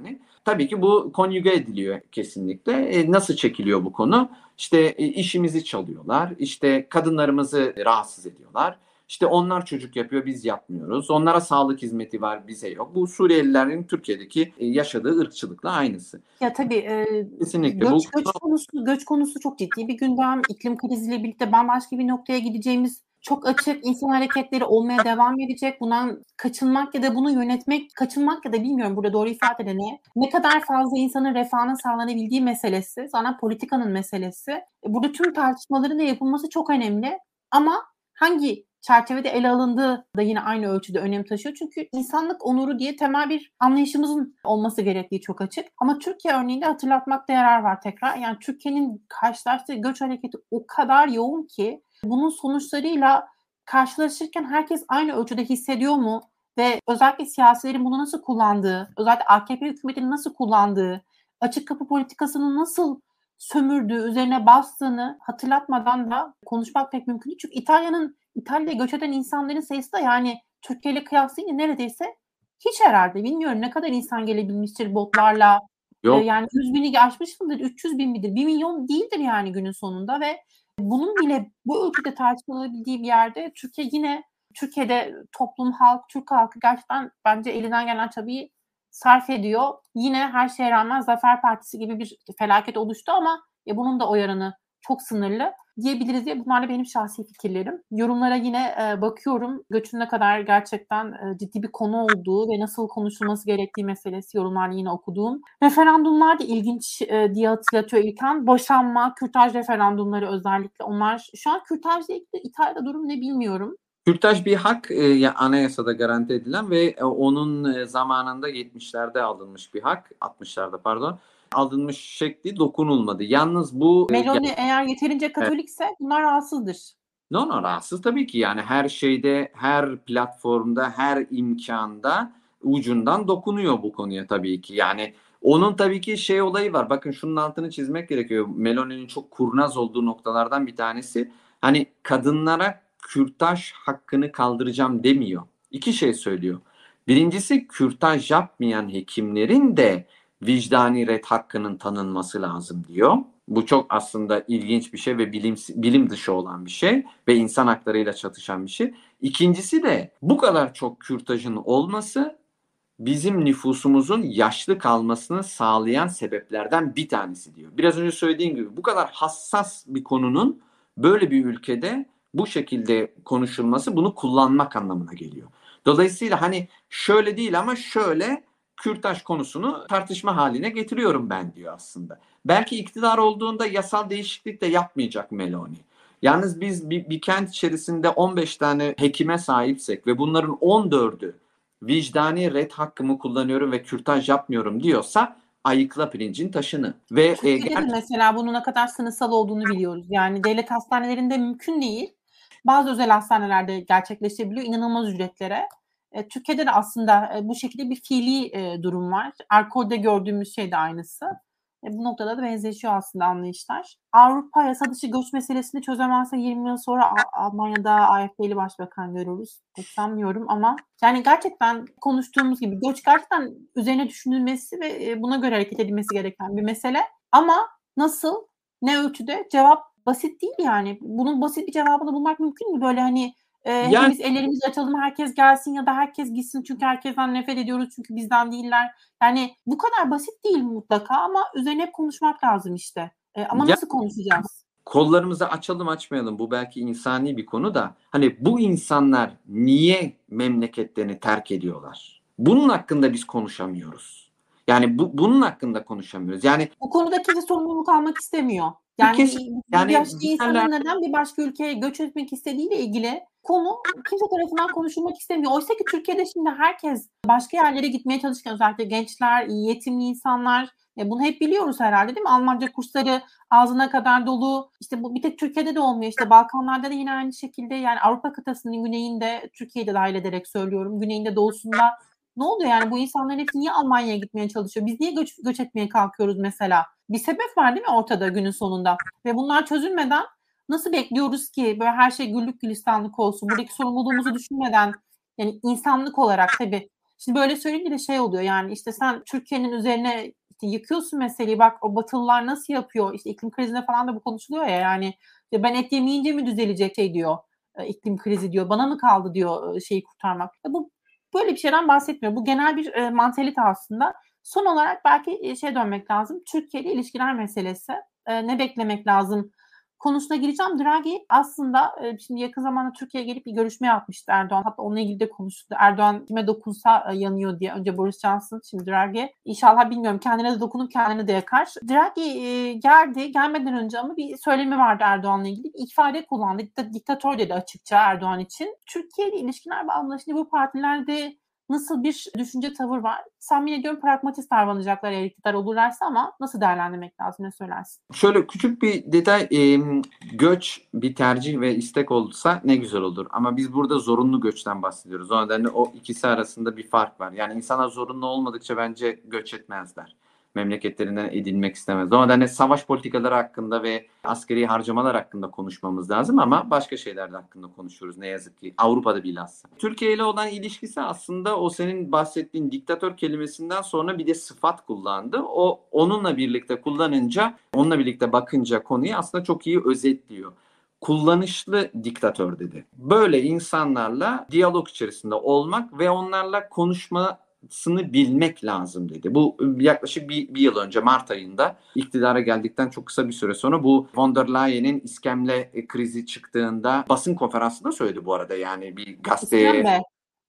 tabii ki bu konjüge ediliyor kesinlikle. E, nasıl çekiliyor bu konu? İşte e, işimizi çalıyorlar, işte kadınlarımızı rahatsız ediyorlar. İşte onlar çocuk yapıyor, biz yapmıyoruz. Onlara sağlık hizmeti var, bize yok. Bu Suriyelilerin Türkiye'deki e, yaşadığı ırkçılıkla aynısı. Ya tabii e, Kesinlikle bu göç göç konusu göç konusu çok ciddi bir gündem. İklim kriziyle birlikte bambaşka bir noktaya gideceğimiz çok açık. İnsan hareketleri olmaya devam edecek. Bundan kaçınmak ya da bunu yönetmek, kaçınmak ya da bilmiyorum burada doğru ifade de ne? Ne kadar fazla insanın refahının sağlanabildiği meselesi, zaten politikanın meselesi. E, Burada tüm tartışmaların da yapılması çok önemli. Ama hangi çerçevede ele alındığı da yine aynı ölçüde önem taşıyor. Çünkü insanlık onuru diye temel bir anlayışımızın olması gerektiği çok açık. Ama Türkiye örneğinde hatırlatmakta yarar var tekrar. Yani Türkiye'nin karşılaştığı göç hareketi o kadar yoğun ki bunun sonuçlarıyla karşılaşırken herkes aynı ölçüde hissediyor mu? Ve özellikle siyasilerin bunu nasıl kullandığı, özellikle A K P hükümetinin nasıl kullandığı, açık kapı politikasını nasıl sömürdüğü, üzerine bastığını hatırlatmadan da konuşmak pek mümkün değil. Çünkü İtalya'nın İtalya'ya göç eden insanların sayısı da yani Türkiye ile kıyaslayınca neredeyse hiç herhalde. Bilmiyorum ne kadar insan gelebilmiştir botlarla. Ee, yok. yani yüz bini aşmış mıdır? üç yüz bin midir? bir milyon değildir yani günün sonunda ve bunun bile bu ölçüde tartışılabildiği bir yerde Türkiye yine Türkiye'de toplum, halk, Türk halkı gerçekten bence elinden gelen çabayı sarf ediyor. Yine her şeye rağmen Zafer Partisi gibi bir felaket oluştu ama e, bunun da oy oranı çok sınırlı diyebiliriz diye bunlar da benim şahsi fikirlerim. Yorumlara yine e, bakıyorum. Göçün ne kadar gerçekten e, ciddi bir konu olduğu ve nasıl konuşulması gerektiği meselesi yorumlarda yine okuduğum. Referandumlar da ilginç e, diye hatırlatıyor İlkan. Boşanma, kürtaj referandumları özellikle onlar. Şu an kürtajla ilgili İtalya'da durum ne bilmiyorum. Kürtaj bir hak, e, ya anayasada garanti edilen ve e, onun e, zamanında yetmişlerde alınmış bir hak, altmışlarda pardon, alınmış şekli dokunulmadı. Yalnız bu e, Meloni eğer yeterince Katolikse bunlar rahatsızdır. no no rahatsız tabii ki, yani her şeyde, her platformda, her imkanda ucundan dokunuyor bu konuya tabii ki. Yani onun tabii ki şey olayı var. Bakın şunun altını çizmek gerekiyor. Meloni'nin çok kurnaz olduğu noktalardan bir tanesi. Hani kadınlara kürtaj hakkını kaldıracağım demiyor. İki şey söylüyor. Birincisi, kürtaj yapmayan hekimlerin de vicdani ret hakkının tanınması lazım diyor. Bu çok aslında ilginç bir şey ve bilim, bilim dışı olan bir şey ve insan haklarıyla çatışan bir şey. İkincisi de bu kadar çok kürtajın olması bizim nüfusumuzun yaşlı kalmasını sağlayan sebeplerden bir tanesi diyor. Biraz önce söylediğim gibi bu kadar hassas bir konunun böyle bir ülkede bu şekilde konuşulması bunu kullanmak anlamına geliyor. Dolayısıyla hani şöyle değil ama şöyle kürtaj konusunu tartışma haline getiriyorum ben diyor aslında. Belki iktidar olduğunda yasal değişiklik de yapmayacak Meloni. Yalnız biz bir, bir kent içerisinde on beş tane hekime sahipsek ve bunların on dördü vicdani ret hakkımı kullanıyorum ve kürtaj yapmıyorum diyorsa ayıkla pirincin taşını. Ve e, Türkiye'de de ger- mesela bunun ne kadar sınırsal olduğunu biliyoruz. Yani devlet hastanelerinde mümkün değil. Bazı özel hastanelerde gerçekleşebiliyor inanılmaz ücretlere. E, Türkiye'de de aslında e, bu şekilde bir fiili e, durum var. Alkolde gördüğümüz şey de aynısı. E, bu noktada da benzeşiyor aslında anlayışlar. Avrupa yasa dışı göç meselesini çözemezse yirmi yıl sonra A- Almanya'da A F D'li başbakan görürüz. Pek sanmıyorum ama yani gerçekten konuştuğumuz gibi göç gerçekten üzerine düşünülmesi ve e, buna göre hareket edilmesi gereken bir mesele. Ama nasıl, ne ölçüde cevap basit değil yani. Bunun basit bir cevabını bulmak mümkün mü? Böyle hani e, yani hepimiz ellerimizi açalım herkes gelsin ya da herkes gitsin çünkü herkesten nefret ediyoruz çünkü bizden değiller. Yani bu kadar basit değil mutlaka ama üzerine hep konuşmak lazım işte. E, ama ya nasıl konuşacağız? kollarımızı açalım açmayalım, bu belki insani bir konu da hani bu insanlar niye memleketlerini terk ediyorlar? Bunun hakkında biz konuşamıyoruz. Yani bu, bunun hakkında konuşamıyoruz. Yani Bu konuda kimse sorumluluk almak istemiyor. Yani kesin, bir, bir yani yaşlı diğerler insanın neden bir başka ülkeye göç etmek istediğiyle ilgili konu kimse tarafından konuşulmak istemiyor. Oysa ki Türkiye'de şimdi herkes başka yerlere gitmeye çalışırken özellikle gençler, yetimli insanlar e bunu hep biliyoruz herhalde değil mi? Almanca kursları ağzına kadar dolu. İşte bu bir tek Türkiye'de de olmuyor. İşte Balkanlarda da yine aynı şekilde yani Avrupa kıtasının güneyinde Türkiye'de dahil ederek söylüyorum. Güneyinde doğusunda ne oluyor yani bu insanların hepsi niye Almanya'ya gitmeye çalışıyor? Biz niye göç, göç etmeye kalkıyoruz mesela? Bir sebep var değil mi ortada günün sonunda? Ve bunlar çözülmeden nasıl bekliyoruz ki böyle her şey güllük gülistanlık olsun? Buradaki sorumluluğumuzu düşünmeden yani insanlık olarak tabii. Şimdi böyle söyleyince de şey oluyor yani işte sen Türkiye'nin üzerine İşte yıkıyorsun meseleyi, bak o Batılılar nasıl yapıyor, işte iklim krizinde falan da bu konuşuluyor ya, yani işte ben et yemeyince mi düzelecek şey diyor, e, iklim krizi diyor, bana mı kaldı diyor e, şeyi kurtarmak. E, bu böyle bir şeyden bahsetmiyor. Bu genel bir e, mantalite aslında. Son olarak belki e, şeye dönmek lazım. Türkiye ile ilişkiler meselesi. E, ne beklemek lazım konusuna gireceğim. Draghi aslında e, şimdi yakın zamanda Türkiye'ye gelip bir görüşme yapmıştı Erdoğan. Hatta onunla ilgili de konuştu. Erdoğan kime dokunsa e, yanıyor diye. Önce Boris Johnson, şimdi Draghi. İnşallah bilmiyorum kendine de dokunup kendine de yakar. Draghi e, geldi. Gelmeden önce ama bir söylemi vardı Erdoğan'la ilgili. Bir ifade kullandı. Diktatör dedi açıkça Erdoğan için. Türkiye ile ilişkiler bağlamında şimdi bu partilerde nasıl bir düşünce tavır var? Tahmin ediyorum pragmatist davranacaklar eğer iktidar olurlarsa, ama nasıl değerlendirmek lazım, ne söylersin? Şöyle küçük bir detay, e, göç bir tercih ve istek olsa ne güzel olur. Ama biz burada zorunlu göçten bahsediyoruz. O nedenle o ikisi arasında bir fark var. Yani insanlar zorunlu olmadıkça bence göç etmezler. Memleketlerinden edilmek istemez. O nedenle savaş politikaları hakkında ve askeri harcamalar hakkında konuşmamız lazım ama başka şeyler de hakkında konuşuyoruz ne yazık ki. Avrupa'da bilhassa. Türkiye ile olan ilişkisi aslında o senin bahsettiğin diktatör kelimesinden sonra bir de sıfat kullandı. O onunla birlikte kullanınca, onunla birlikte bakınca konuyu aslında çok iyi özetliyor. Kullanışlı diktatör dedi. Böyle insanlarla diyalog içerisinde olmak ve onlarla konuşma sını bilmek lazım dedi. Bu yaklaşık bir, bir yıl önce Mart ayında iktidara geldikten çok kısa bir süre sonra bu von der Leyen'in iskemle krizi çıktığında basın konferansında söyledi bu arada, yani bir gazeteye. İskemle.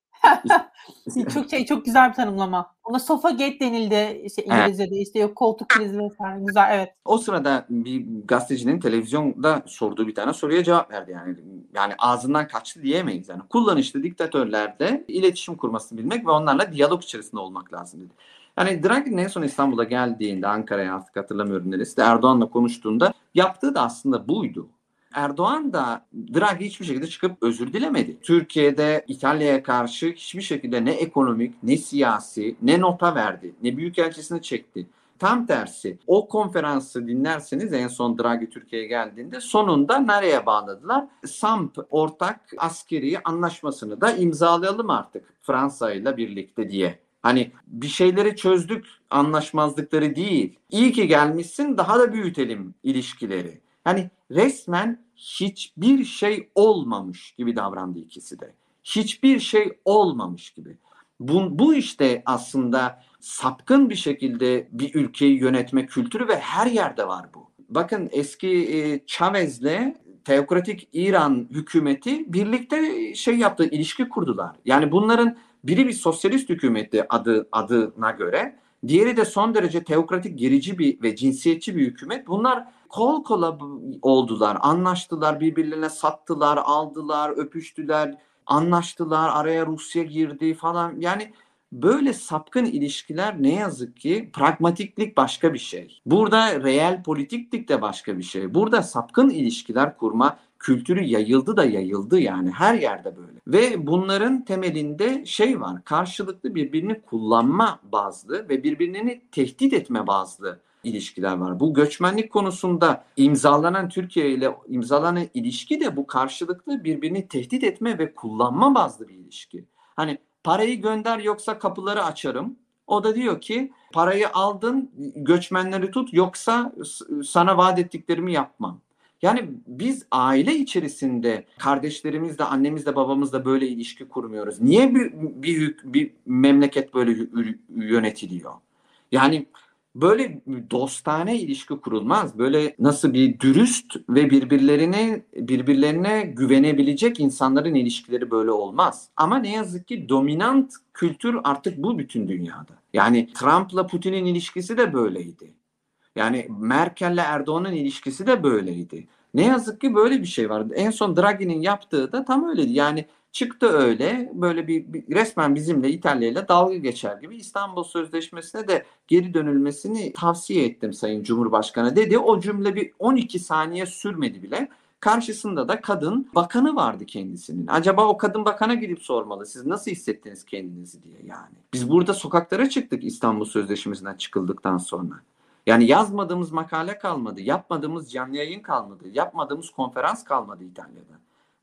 çok şey çok güzel bir tanımlama. Ona sofa gate denildi işte İngilizce'de, evet. İşte yok koltuk krizi vesaire. Güzel, evet. O sırada bir gazetecinin televizyonda sorduğu bir tane soruya cevap verdi yani. Yani ağzından kaçtı diyemeyiz yani. Kullanışlı diktatörlerle iletişim kurmasını bilmek ve onlarla diyalog içerisinde olmak lazım dedi. Yani Draghi'nin en son İstanbul'a geldiğinde, Ankara'ya artık hatırlamıyorum neresi de, Erdoğan'la konuştuğunda yaptığı da aslında buydu. Erdoğan da Draghi hiçbir şekilde çıkıp özür dilemedi. Türkiye'de İtalya'ya karşı hiçbir şekilde ne ekonomik, ne siyasi, ne nota verdi, ne büyükelçisini çekti. Tam tersi, o konferansı dinlerseniz en son Draghi Türkiye'ye geldiğinde sonunda nereye bağladılar? SAMP ortak askeri anlaşmasını da imzalayalım artık Fransa ile birlikte diye. Hani bir şeyleri çözdük, anlaşmazlıkları değil. İyi ki gelmişsin, daha da büyütelim ilişkileri. Hani resmen hiçbir şey olmamış gibi davrandı ikisi de. Hiçbir şey olmamış gibi. Bu, bu işte aslında sapkın bir şekilde bir ülkeyi yönetme kültürü ve her yerde var bu. Bakın eski e, Chavez'le teokratik İran hükümeti birlikte şey yaptı, ilişki kurdular. Yani bunların biri bir sosyalist hükümeti adı adına göre, diğeri de son derece teokratik, gerici bir ve cinsiyetçi bir hükümet. Bunlar kol kola oldular, anlaştılar, birbirlerine sattılar, aldılar, öpüştüler, anlaştılar, araya Rusya girdi falan. Yani böyle sapkın ilişkiler ne yazık ki, pragmatiklik başka bir şey. Burada real politiklik de başka bir şey. Burada sapkın ilişkiler kurma kültürü yayıldı da yayıldı, yani her yerde böyle. Ve bunların temelinde şey var, karşılıklı birbirini kullanma bazlı ve birbirini tehdit etme bazlı ilişkiler var. Bu göçmenlik konusunda imzalanan, Türkiye ile imzalanan ilişki de bu karşılıklı birbirini tehdit etme ve kullanma bazlı bir ilişki. Hani parayı gönder yoksa kapıları açarım. O da diyor ki parayı aldın, göçmenleri tut, yoksa sana vaat ettiklerimi yapmam. Yani biz aile içerisinde kardeşlerimizle, annemizle, babamızla böyle ilişki kurmuyoruz. Niye bir, bir, bir memleket böyle yönetiliyor? Yani böyle dostane ilişki kurulmaz. Böyle nasıl bir dürüst ve birbirlerine birbirlerine güvenebilecek insanların ilişkileri böyle olmaz. Ama ne yazık ki dominant kültür artık bu bütün dünyada. Yani Trump'la Putin'in ilişkisi de böyleydi. Yani Merkel'le Erdoğan'ın ilişkisi de böyleydi. Ne yazık ki böyle bir şey vardı. En son Draghi'nin yaptığı da tam öyleydi. Yani çıktı öyle böyle bir, bir resmen bizimle, İtalya'yla dalga geçer gibi İstanbul Sözleşmesi'ne de geri dönülmesini tavsiye ettim Sayın Cumhurbaşkanı dedi. O cümle bir on iki saniye sürmedi bile. Karşısında da kadın bakanı vardı kendisinin. Acaba o kadın bakana gidip sormalı, siz nasıl hissettiniz kendinizi diye yani. Biz burada sokaklara çıktık İstanbul Sözleşmesi'nden çıkıldıktan sonra. Yani yazmadığımız makale kalmadı, yapmadığımız canlı yayın kalmadı, yapmadığımız konferans kalmadı İtalya'da.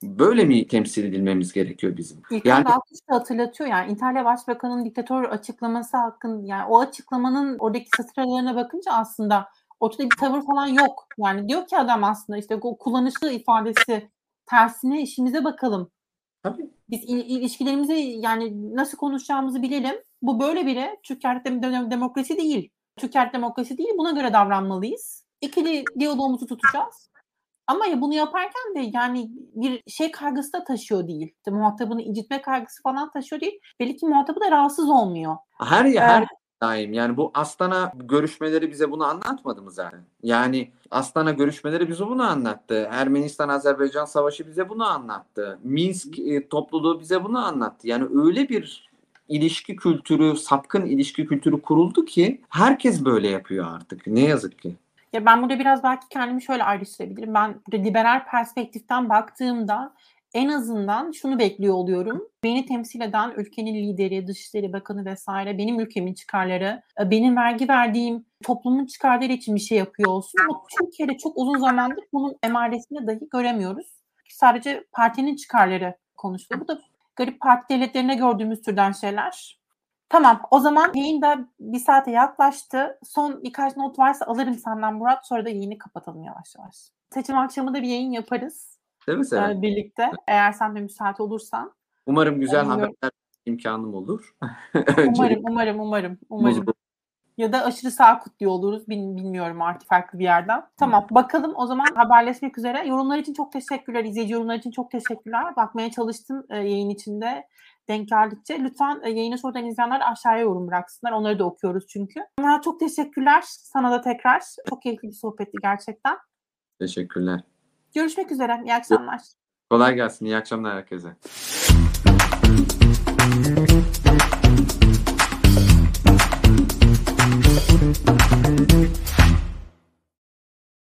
Böyle mi temsil edilmemiz gerekiyor bizim? İlkan Yani Dalkılıç da hatırlatıyor yani İtalya Başbakanı'nın diktatör açıklaması hakkında, yani o açıklamanın oradaki satır aralarına bakınca aslında ortada bir tavır falan yok. Yani diyor ki adam aslında işte o kullanışlı ifadesi tersine işimize bakalım. tabii. Biz il- ilişkilerimizi yani nasıl konuşacağımızı bilelim. Bu böyle biri. Türkiye dem- dem- demokrasi değil. Türkiye demokrasi değil. Buna göre davranmalıyız. İkili diyalogumuzu tutacağız. Ama ya bunu yaparken de yani bir şey kaygısı da taşıyor değil. İşte muhatabını incitme kaygısı falan taşıyor değil. Belli ki muhatabı da rahatsız olmuyor. Her Ee, her daim yani bu Astana görüşmeleri bize bunu anlatmadı mı zaten? Yani Astana görüşmeleri bize bunu anlattı. Ermenistan-Azerbaycan savaşı bize bunu anlattı. Minsk e, topluluğu bize bunu anlattı. Yani öyle bir ilişki kültürü, sapkın ilişki kültürü kuruldu ki herkes böyle yapıyor artık. Ne yazık ki. Ya ben burada biraz belki kendimi şöyle ayrıştırabilirim. Ben burada liberal perspektiften baktığımda en azından şunu bekliyor oluyorum. Beni temsil eden ülkenin lideri, dışişleri bakanı vesaire benim ülkemin çıkarları, benim vergi verdiğim toplumun çıkarları için bir şey yapıyor olsun. Ama Türkiye'de çok uzun zamandır bunun emaresini dahi göremiyoruz. Sadece partinin çıkarları konuşuluyor. Bu da garip parti devletlerinde gördüğümüz türden şeyler. Tamam, o zaman yayın da bir saate yaklaştı. Son birkaç not varsa alırım senden Murat. Sonra da yayını kapatalım yavaş yavaş. Seçim akşamı da bir yayın yaparız Değil mi Seren? e, birlikte. Eğer sen de müsait olursan. Umarım güzel Bilmiyorum. haberler imkanım olur. Umarım, Öncelikle umarım, umarım, umarım. muzlu. Ya da aşırı sağ kutluyor oluruz. Bilmiyorum artık farklı bir yerden. Tamam, bakalım o zaman haberleşmek üzere. Yorumlar için çok teşekkürler. İzleyici yorumlar için çok teşekkürler. Bakmaya çalıştım e, yayın içinde. Denk geldikçe. Lütfen e, yayını sonradan izleyenler aşağıya yorum bıraksınlar. Onları da okuyoruz çünkü. Murat çok teşekkürler. Sana da tekrar. Çok keyifli bir sohbetti gerçekten. Teşekkürler. Görüşmek üzere. İyi akşamlar. Kolay gelsin. İyi akşamlar herkese.